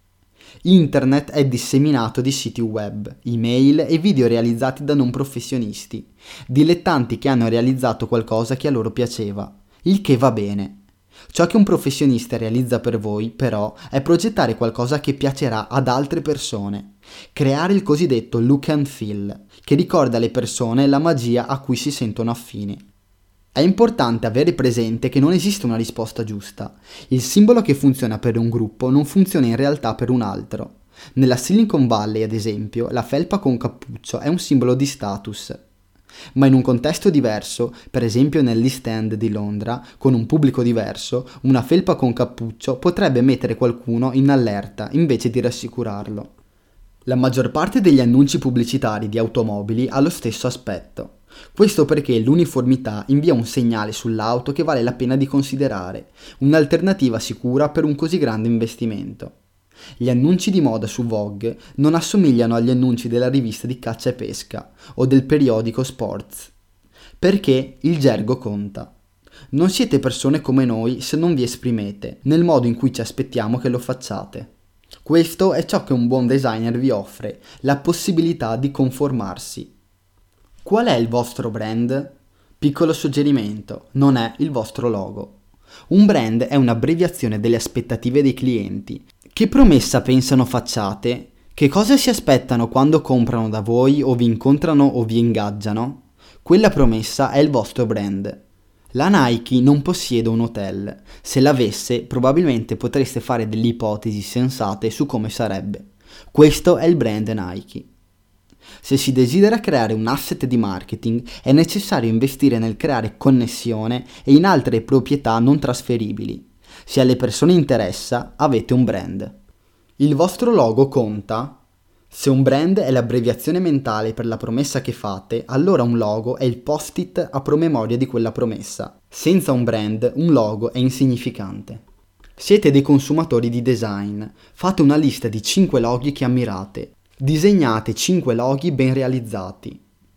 Internet è disseminato di siti web, email e video realizzati da non professionisti, dilettanti che hanno realizzato qualcosa che a loro piaceva, il che va bene. Ciò che un professionista realizza per voi, però, è progettare qualcosa che piacerà ad altre persone, creare il cosiddetto look and feel, che ricorda alle persone la magia a cui si sentono affini. È importante avere presente che non esiste una risposta giusta. Il simbolo che funziona per un gruppo non funziona in realtà per un altro. Nella Silicon Valley, ad esempio, la felpa con cappuccio è un simbolo di status. Ma in un contesto diverso, per esempio nell'East End di Londra, con un pubblico diverso, una felpa con cappuccio potrebbe mettere qualcuno in allerta invece di rassicurarlo. La maggior parte degli annunci pubblicitari di automobili ha lo stesso aspetto. Questo perché l'uniformità invia un segnale sull'auto che vale la pena di considerare, un'alternativa sicura per un così grande investimento. Gli annunci di moda su Vogue non assomigliano agli annunci della rivista di caccia e pesca o del periodico Sports, perché il gergo conta. Non siete persone come noi se non vi esprimete nel modo in cui ci aspettiamo che lo facciate. Questo è ciò che un buon designer vi offre, la possibilità di conformarsi. Qual è il vostro brand? Piccolo suggerimento, non è il vostro logo. Un brand è un'abbreviazione delle aspettative dei clienti. Che promessa pensano facciate? Che cosa si aspettano quando comprano da voi o vi incontrano o vi ingaggiano? Quella promessa è il vostro brand. La Nike non possiede un hotel. Se l'avesse, probabilmente potreste fare delle ipotesi sensate su come sarebbe. Questo è il brand Nike. Se si desidera creare un asset di marketing, è necessario investire nel creare connessione e in altre proprietà non trasferibili. Se alle persone interessa, avete un brand. Il vostro logo conta? Se un brand è l'abbreviazione mentale per la promessa che fate, allora un logo è il post-it a promemoria di quella promessa. Senza un brand, un logo è insignificante. Siete dei consumatori di design. Fate una lista di cinque loghi che ammirate. Disegnate cinque loghi ben realizzati.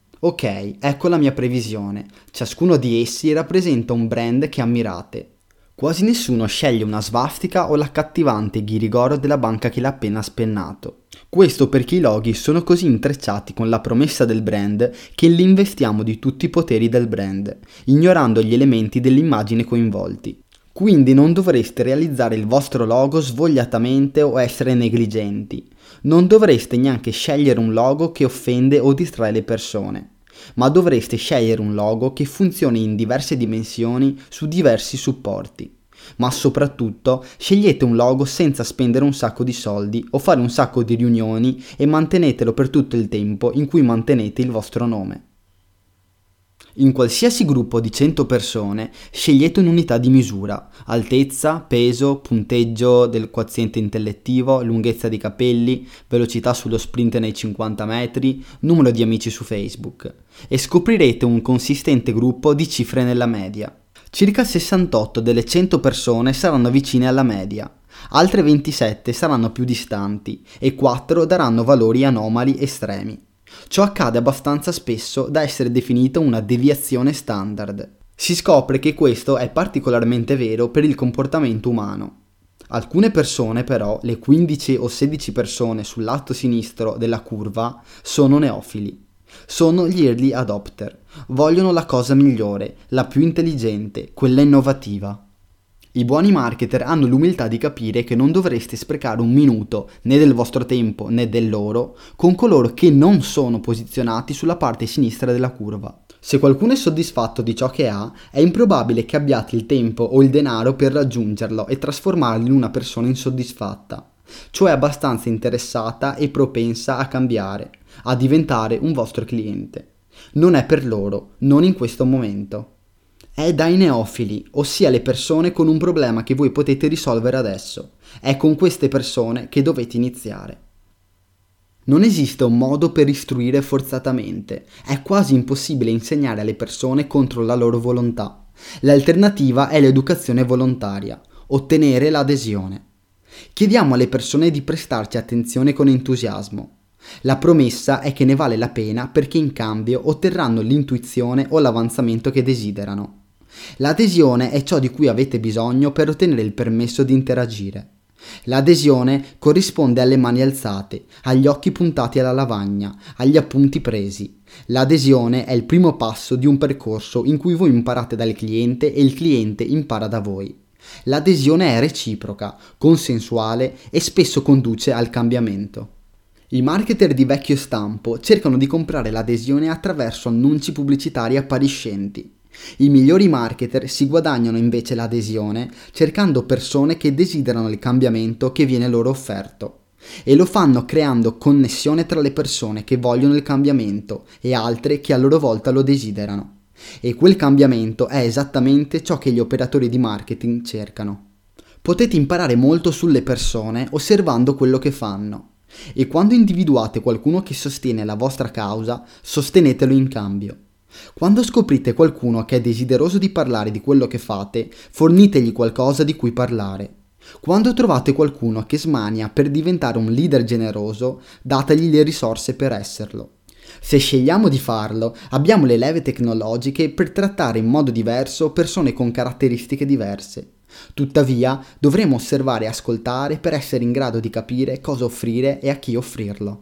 Ok, ecco la mia previsione. Ciascuno di essi rappresenta un brand che ammirate. Quasi nessuno sceglie una svastica o l'accattivante ghirigoro della banca che l'ha appena spennato. Questo perché i loghi sono così intrecciati con la promessa del brand che li investiamo di tutti i poteri del brand, ignorando gli elementi dell'immagine coinvolti. Quindi non dovreste realizzare il vostro logo svogliatamente o essere negligenti. Non dovreste neanche scegliere un logo che offende o distrae le persone, ma dovreste scegliere un logo che funzioni in diverse dimensioni su diversi supporti. Ma soprattutto scegliete un logo senza spendere un sacco di soldi o fare un sacco di riunioni e mantenetelo per tutto il tempo in cui mantenete il vostro nome. In qualsiasi gruppo di cento persone scegliete un'unità di misura: altezza, peso, punteggio del quoziente intellettivo, lunghezza di capelli, velocità sullo sprint nei cinquanta metri, numero di amici su Facebook, e scoprirete un consistente gruppo di cifre nella media. Circa sessantotto delle cento persone saranno vicine alla media, altre ventisette saranno più distanti e quattro daranno valori anomali estremi. Ciò accade abbastanza spesso da essere definita una deviazione standard. Si scopre che questo è particolarmente vero per il comportamento umano. Alcune persone però, le quindici o sedici persone sul lato sinistro della curva, sono neofili. Sono gli early adopter. Vogliono la cosa migliore, la più intelligente, quella innovativa. I buoni marketer hanno l'umiltà di capire che non dovreste sprecare un minuto, né del vostro tempo né del loro, con coloro che non sono posizionati sulla parte sinistra della curva. Se qualcuno è soddisfatto di ciò che ha, è improbabile che abbiate il tempo o il denaro per raggiungerlo e trasformarlo in una persona insoddisfatta, cioè abbastanza interessata e propensa a cambiare, a diventare un vostro cliente. Non è per loro, non in questo momento. È dai neofili, ossia le persone con un problema che voi potete risolvere adesso. È con queste persone che dovete iniziare. Non esiste un modo per istruire forzatamente. È quasi impossibile insegnare alle persone contro la loro volontà. L'alternativa è l'educazione volontaria, ottenere l'adesione. Chiediamo alle persone di prestarci attenzione con entusiasmo. La promessa è che ne vale la pena perché in cambio otterranno l'intuizione o l'avanzamento che desiderano. L'adesione è ciò di cui avete bisogno per ottenere il permesso di interagire. L'adesione corrisponde alle mani alzate, agli occhi puntati alla lavagna, agli appunti presi. L'adesione è il primo passo di un percorso in cui voi imparate dal cliente e il cliente impara da voi. L'adesione è reciproca, consensuale e spesso conduce al cambiamento. I marketer di vecchio stampo cercano di comprare l'adesione attraverso annunci pubblicitari appariscenti. I migliori marketer si guadagnano invece l'adesione cercando persone che desiderano il cambiamento che viene loro offerto. e lo fanno creando connessione tra le persone che vogliono il cambiamento e altre che a loro volta lo desiderano. E quel cambiamento è esattamente ciò che gli operatori di marketing cercano. Potete imparare molto sulle persone osservando quello che fanno, e quando individuate qualcuno che sostiene la vostra causa, sostenetelo in cambio. Quando scoprite qualcuno che è desideroso di parlare di quello che fate, fornitegli qualcosa di cui parlare. Quando trovate qualcuno che smania per diventare un leader generoso, dategli le risorse per esserlo. Se scegliamo di farlo, abbiamo le leve tecnologiche per trattare in modo diverso persone con caratteristiche diverse. Tuttavia, dovremo osservare e ascoltare per essere in grado di capire cosa offrire e a chi offrirlo.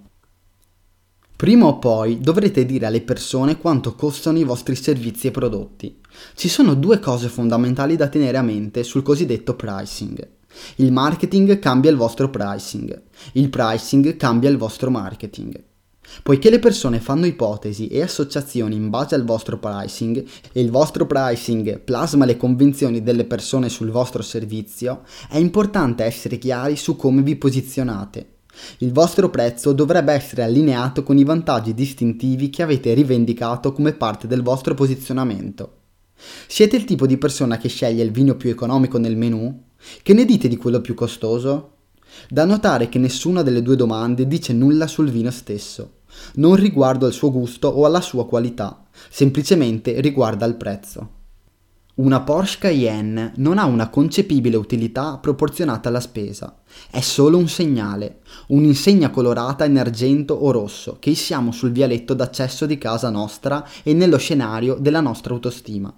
Prima o poi dovrete dire alle persone quanto costano i vostri servizi e prodotti. Ci sono due cose fondamentali da tenere a mente sul cosiddetto pricing. Il marketing cambia il vostro pricing, il pricing cambia il vostro marketing. Poiché le persone fanno ipotesi e associazioni in base al vostro pricing e il vostro pricing plasma le convinzioni delle persone sul vostro servizio, è importante essere chiari su come vi posizionate. Il vostro prezzo dovrebbe essere allineato con i vantaggi distintivi che avete rivendicato come parte del vostro posizionamento. Siete il tipo di persona che sceglie il vino più economico nel menù? Che ne dite di quello più costoso? Da notare che nessuna delle due domande dice nulla sul vino stesso, non riguardo al suo gusto o alla sua qualità, semplicemente riguarda il prezzo. Una Porsche Cayenne non ha una concepibile utilità proporzionata alla spesa, è solo un segnale, un'insegna colorata in argento o rosso che issiamo sul vialetto d'accesso di casa nostra e nello scenario della nostra autostima.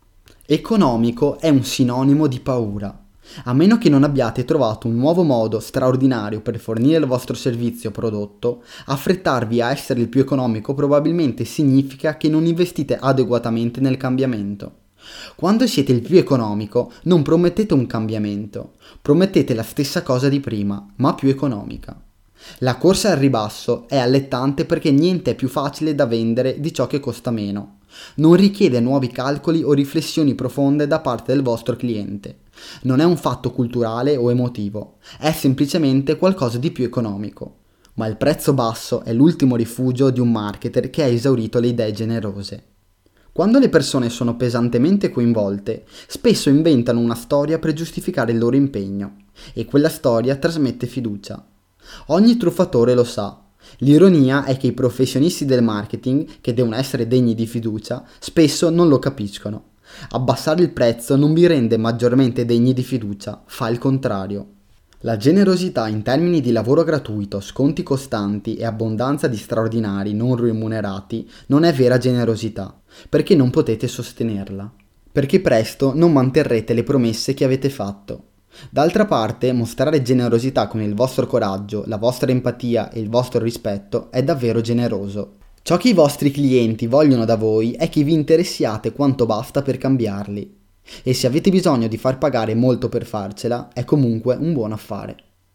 Economico è un sinonimo di paura. A meno che non abbiate trovato un nuovo modo straordinario per fornire il vostro servizio o prodotto, affrettarvi a essere il più economico probabilmente significa che non investite adeguatamente nel cambiamento. Quando siete il più economico, non promettete un cambiamento, promettete la stessa cosa di prima, ma più economica. La corsa al ribasso è allettante perché niente è più facile da vendere di ciò che costa meno. Non richiede nuovi calcoli o riflessioni profonde da parte del vostro cliente. Non è un fatto culturale o emotivo, è semplicemente qualcosa di più economico. Ma il prezzo basso è l'ultimo rifugio di un marketer che ha esaurito le idee generose. Quando le persone sono pesantemente coinvolte, spesso inventano una storia per giustificare il loro impegno, e quella storia trasmette fiducia. Ogni truffatore lo sa. L'ironia è che i professionisti del marketing, che devono essere degni di fiducia, spesso non lo capiscono. Abbassare il prezzo non vi rende maggiormente degni di fiducia, fa il contrario. La generosità in termini di lavoro gratuito, sconti costanti e abbondanza di straordinari non remunerati non è vera generosità, perché non potete sostenerla. Perché presto non manterrete le promesse che avete fatto. D'altra parte, mostrare generosità con il vostro coraggio, la vostra empatia e il vostro rispetto è davvero generoso. Ciò che i vostri clienti vogliono da voi è che vi interessiate quanto basta per cambiarli. E se avete bisogno di far pagare molto per farcela, è comunque un buon affare.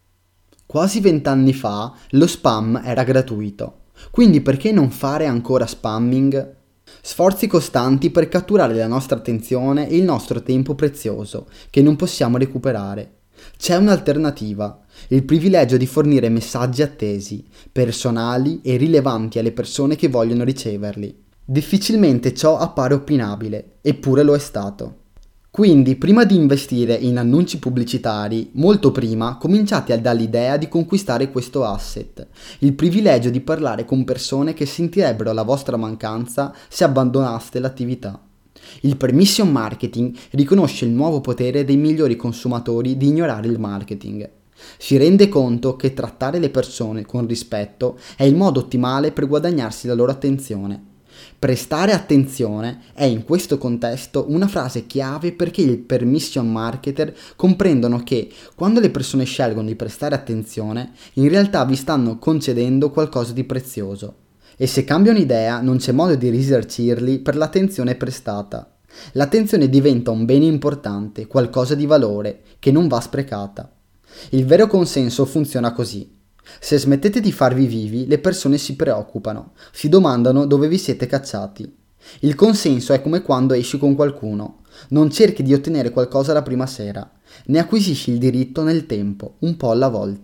Quasi vent'anni fa lo spam era gratuito, quindi perché non fare ancora spamming? Sforzi costanti per catturare la nostra attenzione e il nostro tempo prezioso, che non possiamo recuperare. C'è un'alternativa, il privilegio di fornire messaggi attesi, personali e rilevanti alle persone che vogliono riceverli. Difficilmente ciò appare opinabile, eppure lo è stato. Quindi, prima di investire in annunci pubblicitari, molto prima cominciate dall'idea di conquistare questo asset, il privilegio di parlare con persone che sentirebbero la vostra mancanza se abbandonaste l'attività. Il permission marketing riconosce il nuovo potere dei migliori consumatori di ignorare il marketing. Si rende conto che trattare le persone con rispetto è il modo ottimale per guadagnarsi la loro attenzione. Prestare attenzione è in questo contesto una frase chiave perché i permission marketer comprendono che quando le persone scelgono di prestare attenzione, in realtà vi stanno concedendo qualcosa di prezioso. E se cambiano idea non c'è modo di risarcirli per l'attenzione prestata. L'attenzione diventa un bene importante, qualcosa di valore, che non va sprecata. Il vero consenso funziona così. Se smettete di farvi vivi, le persone si preoccupano, si domandano dove vi siete cacciati. Il consenso è come quando esci con qualcuno. Non cerchi di ottenere qualcosa la prima sera, ne acquisisci il diritto nel tempo, un po' alla volta.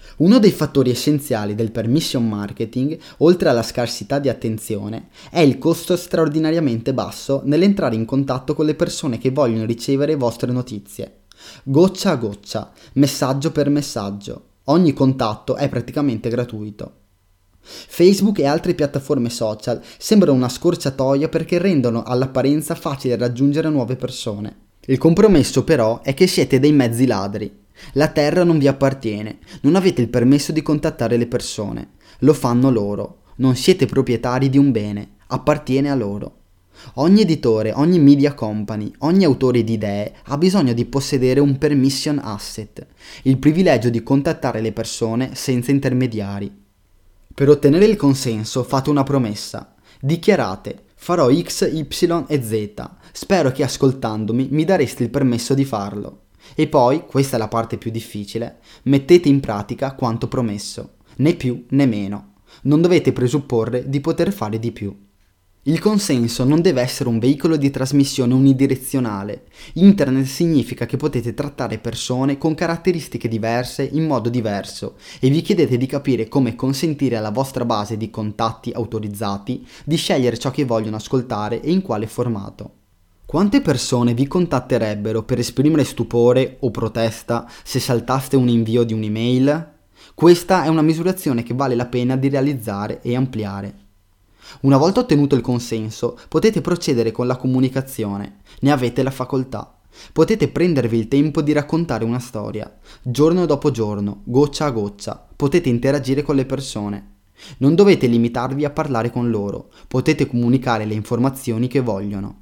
Uno dei fattori essenziali del permission marketing, oltre alla scarsità di attenzione, è il costo straordinariamente basso nell'entrare in contatto con le persone che vogliono ricevere vostre notizie. Goccia a goccia, messaggio per messaggio, ogni contatto è praticamente gratuito. Facebook e altre piattaforme social sembrano una scorciatoia perché rendono all'apparenza facile raggiungere nuove persone. Il compromesso però è che siete dei mezzi ladri. La terra non vi appartiene, non avete il permesso di contattare le persone, lo fanno loro, non siete proprietari di un bene, appartiene a loro. Ogni editore, ogni media company, ogni autore di idee ha bisogno di possedere un permission asset, il privilegio di contattare le persone senza intermediari. Per ottenere il consenso fate una promessa, dichiarate farò X, Y e Z, spero che ascoltandomi mi dareste il permesso di farlo. E poi, questa è la parte più difficile, mettete in pratica quanto promesso, né più né meno. Non dovete presupporre di poter fare di più. Il consenso non deve essere un veicolo di trasmissione unidirezionale. Internet significa che potete trattare persone con caratteristiche diverse in modo diverso e vi chiedete di capire come consentire alla vostra base di contatti autorizzati di scegliere ciò che vogliono ascoltare e in quale formato. Quante persone vi contatterebbero per esprimere stupore o protesta se saltaste un invio di un'email? Questa è una misurazione che vale la pena di realizzare e ampliare. Una volta ottenuto il consenso, potete procedere con la comunicazione, ne avete la facoltà. Potete prendervi il tempo di raccontare una storia, giorno dopo giorno, goccia a goccia, potete interagire con le persone. Non dovete limitarvi a parlare con loro, potete comunicare le informazioni che vogliono.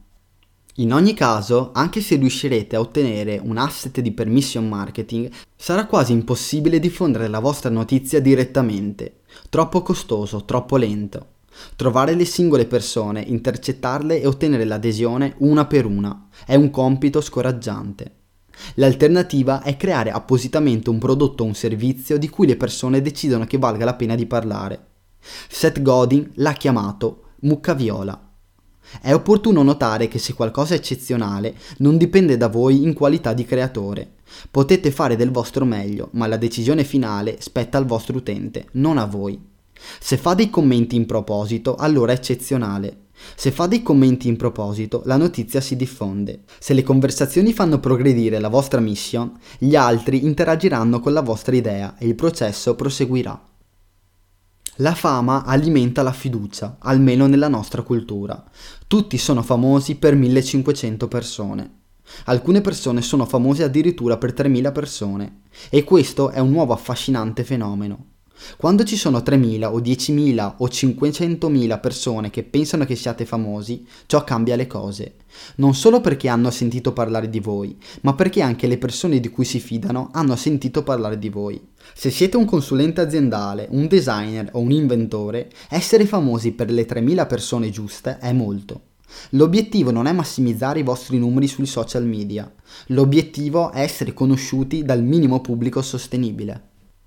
In ogni caso, anche se riuscirete a ottenere un asset di permission marketing, sarà quasi impossibile diffondere la vostra notizia direttamente. Troppo costoso, troppo lento. Trovare le singole persone, intercettarle e ottenere l'adesione una per una è un compito scoraggiante. L'alternativa è creare appositamente un prodotto o un servizio di cui le persone decidono che valga la pena di parlare. Seth Godin l'ha chiamato mucca viola. È opportuno notare che se qualcosa è eccezionale non dipende da voi in qualità di creatore. Potete fare del vostro meglio, ma la decisione finale spetta al vostro utente, non a voi. Se fa dei commenti in proposito, allora è eccezionale. Se fa dei commenti in proposito, la notizia si diffonde. Se le conversazioni fanno progredire la vostra mission, gli altri interagiranno con la vostra idea e il processo proseguirà. La fama alimenta la fiducia, almeno nella nostra cultura. Tutti sono famosi per millecinquecento persone. Alcune persone sono famose addirittura per tremila persone. E questo è un nuovo affascinante fenomeno. Quando ci sono tremila o diecimila o cinquecentomila persone che pensano che siate famosi, ciò cambia le cose. Non solo perché hanno sentito parlare di voi, ma perché anche le persone di cui si fidano hanno sentito parlare di voi. Se siete un consulente aziendale, un designer o un inventore, essere famosi per le tremila persone giuste è molto. L'obiettivo non è massimizzare i vostri numeri sui social media. L'obiettivo è essere conosciuti dal minimo pubblico sostenibile.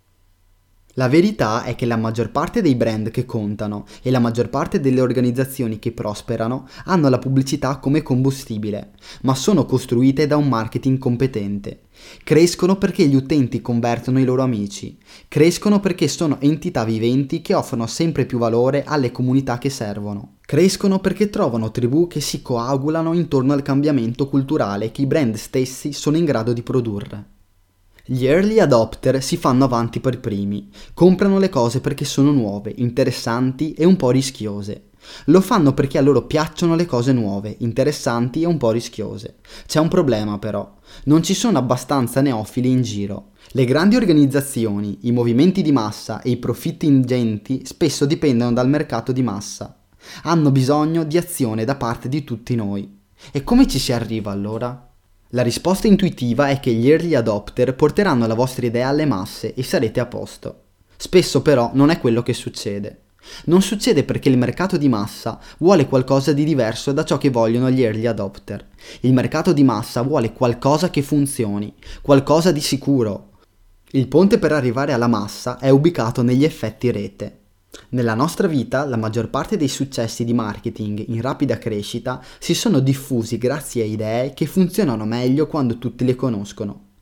La verità è che la maggior parte dei brand che contano e la maggior parte delle organizzazioni che prosperano hanno la pubblicità come combustibile, ma sono costruite da un marketing competente. Crescono perché gli utenti convertono i loro amici, crescono perché sono entità viventi che offrono sempre più valore alle comunità che servono, crescono perché trovano tribù che si coagulano intorno al cambiamento culturale che i brand stessi sono in grado di produrre. Gli early adopter si fanno avanti per primi, comprano le cose perché sono nuove, interessanti e un po' rischiose. Lo fanno perché a loro piacciono le cose nuove, interessanti e un po' rischiose. C'è un problema però, non ci sono abbastanza neofili in giro. Le grandi organizzazioni, i movimenti di massa e i profitti ingenti spesso dipendono dal mercato di massa. Hanno bisogno di azione da parte di tutti noi. E come ci si arriva allora? La risposta intuitiva è che gli early adopter porteranno la vostra idea alle masse e sarete a posto. Spesso però non è quello che succede. Non succede perché il mercato di massa vuole qualcosa di diverso da ciò che vogliono gli early adopter. Il mercato di massa vuole qualcosa che funzioni, qualcosa di sicuro. Il ponte per arrivare alla massa è ubicato negli effetti rete. Nella nostra vita, la maggior parte dei successi di marketing in rapida crescita si sono diffusi grazie a idee che funzionano meglio quando tutti le conoscono.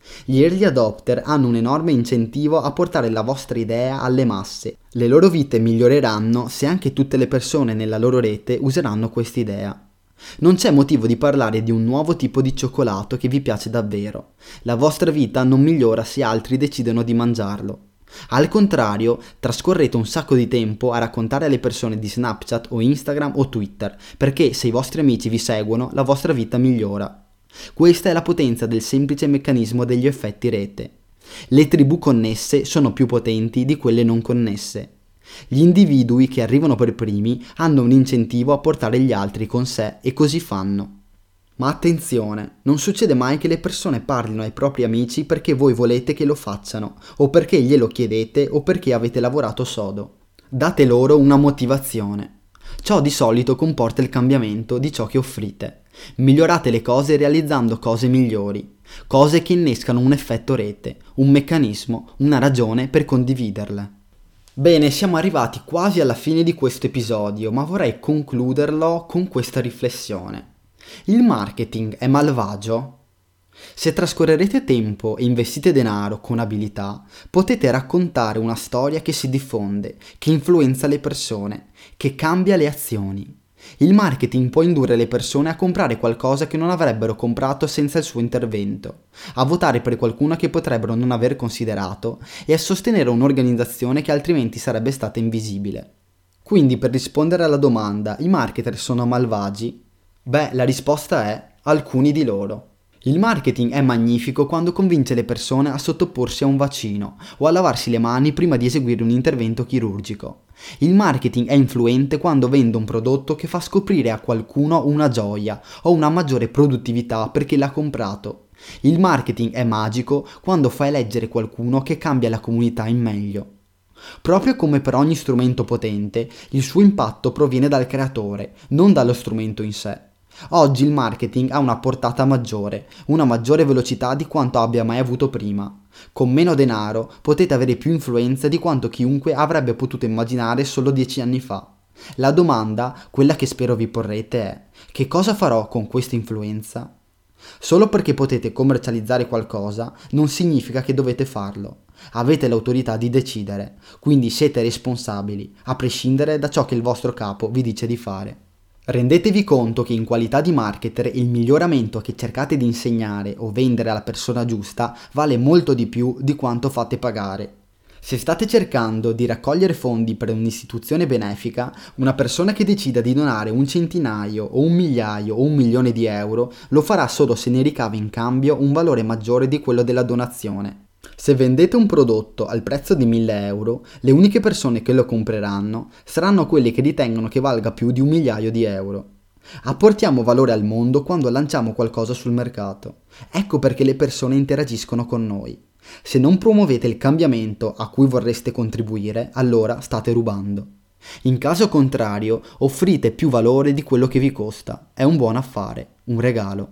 Gli early adopter hanno un enorme incentivo a portare la vostra idea alle masse. Le loro vite miglioreranno se anche tutte le persone nella loro rete useranno quest'idea. Non c'è motivo di parlare di un nuovo tipo di cioccolato che vi piace davvero. La vostra vita non migliora se altri decidono di mangiarlo. Al contrario, trascorrete un sacco di tempo a raccontare alle persone di Snapchat o Instagram o Twitter, perché se i vostri amici vi seguono, la vostra vita migliora. Questa è la potenza del semplice meccanismo degli effetti rete. Le tribù connesse sono più potenti di quelle non connesse. Gli individui che arrivano per primi hanno un incentivo a portare gli altri con sé e così fanno. Ma attenzione, non succede mai che le persone parlino ai propri amici perché voi volete che lo facciano, o perché glielo chiedete o perché avete lavorato sodo. Date loro una motivazione. Ciò di solito comporta il cambiamento di ciò che offrite. Migliorate le cose realizzando cose migliori, cose che innescano un effetto rete, un meccanismo, una ragione per condividerle. Bene, siamo arrivati quasi alla fine di questo episodio, ma vorrei concluderlo con questa riflessione. Il marketing è malvagio? Se trascorrerete tempo e investite denaro con abilità, potete raccontare una storia che si diffonde, che influenza le persone, che cambia le azioni. Il marketing può indurre le persone a comprare qualcosa che non avrebbero comprato senza il suo intervento, a votare per qualcuno che potrebbero non aver considerato e a sostenere un'organizzazione che altrimenti sarebbe stata invisibile. Quindi, per rispondere alla domanda, i marketer sono malvagi? Beh, la risposta è alcuni di loro. Il marketing è magnifico quando convince le persone a sottoporsi a un vaccino o a lavarsi le mani prima di eseguire un intervento chirurgico. Il marketing è influente quando vende un prodotto che fa scoprire a qualcuno una gioia o una maggiore produttività perché l'ha comprato. Il marketing è magico quando fa eleggere qualcuno che cambia la comunità in meglio. Proprio come per ogni strumento potente, il suo impatto proviene dal creatore, non dallo strumento in sé. Oggi il marketing ha una portata maggiore, una maggiore velocità di quanto abbia mai avuto prima. Con meno denaro potete avere più influenza di quanto chiunque avrebbe potuto immaginare solo dieci anni fa. La domanda, quella che spero vi porrete è: che cosa farò con questa influenza? Solo perché potete commercializzare qualcosa non significa che dovete farlo. Avete l'autorità di decidere, quindi siete responsabili, a prescindere da ciò che il vostro capo vi dice di fare. Rendetevi conto che in qualità di marketer il miglioramento che cercate di insegnare o vendere alla persona giusta vale molto di più di quanto fate pagare. Se state cercando di raccogliere fondi per un'istituzione benefica, una persona che decida di donare un centinaio o un migliaio o un milione di euro lo farà solo se ne ricava in cambio un valore maggiore di quello della donazione. Se vendete un prodotto al prezzo di mille euro, le uniche persone che lo compreranno saranno quelle che ritengono che valga più di un migliaio di euro. Apportiamo valore al mondo quando lanciamo qualcosa sul mercato. Ecco perché le persone interagiscono con noi. Se non promuovete il cambiamento a cui vorreste contribuire, allora state rubando. In caso contrario, offrite più valore di quello che vi costa. È un buon affare, un regalo.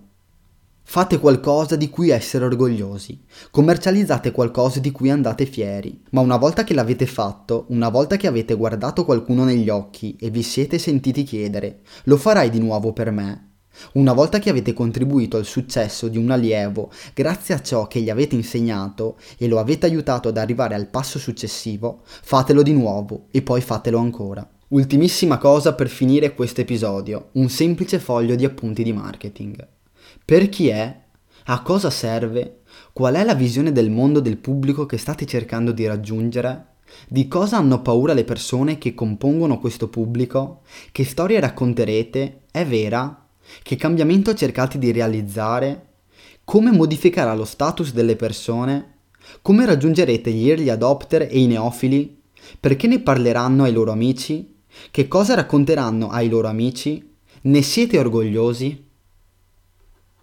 Fate qualcosa di cui essere orgogliosi, commercializzate qualcosa di cui andate fieri, ma una volta che l'avete fatto, una volta che avete guardato qualcuno negli occhi e vi siete sentiti chiedere: lo farai di nuovo per me? Una volta che avete contribuito al successo di un allievo grazie a ciò che gli avete insegnato e lo avete aiutato ad arrivare al passo successivo, fatelo di nuovo e poi fatelo ancora. Ultimissima cosa per finire questo episodio, un semplice foglio di appunti di marketing. Per chi è? A cosa serve? Qual è la visione del mondo del pubblico che state cercando di raggiungere? Di cosa hanno paura le persone che compongono questo pubblico? Che storia racconterete? È vera? Che cambiamento cercate di realizzare? Come modificherà lo status delle persone? Come raggiungerete gli early adopter e i neofili? Perché ne parleranno ai loro amici? Che cosa racconteranno ai loro amici? Ne siete orgogliosi?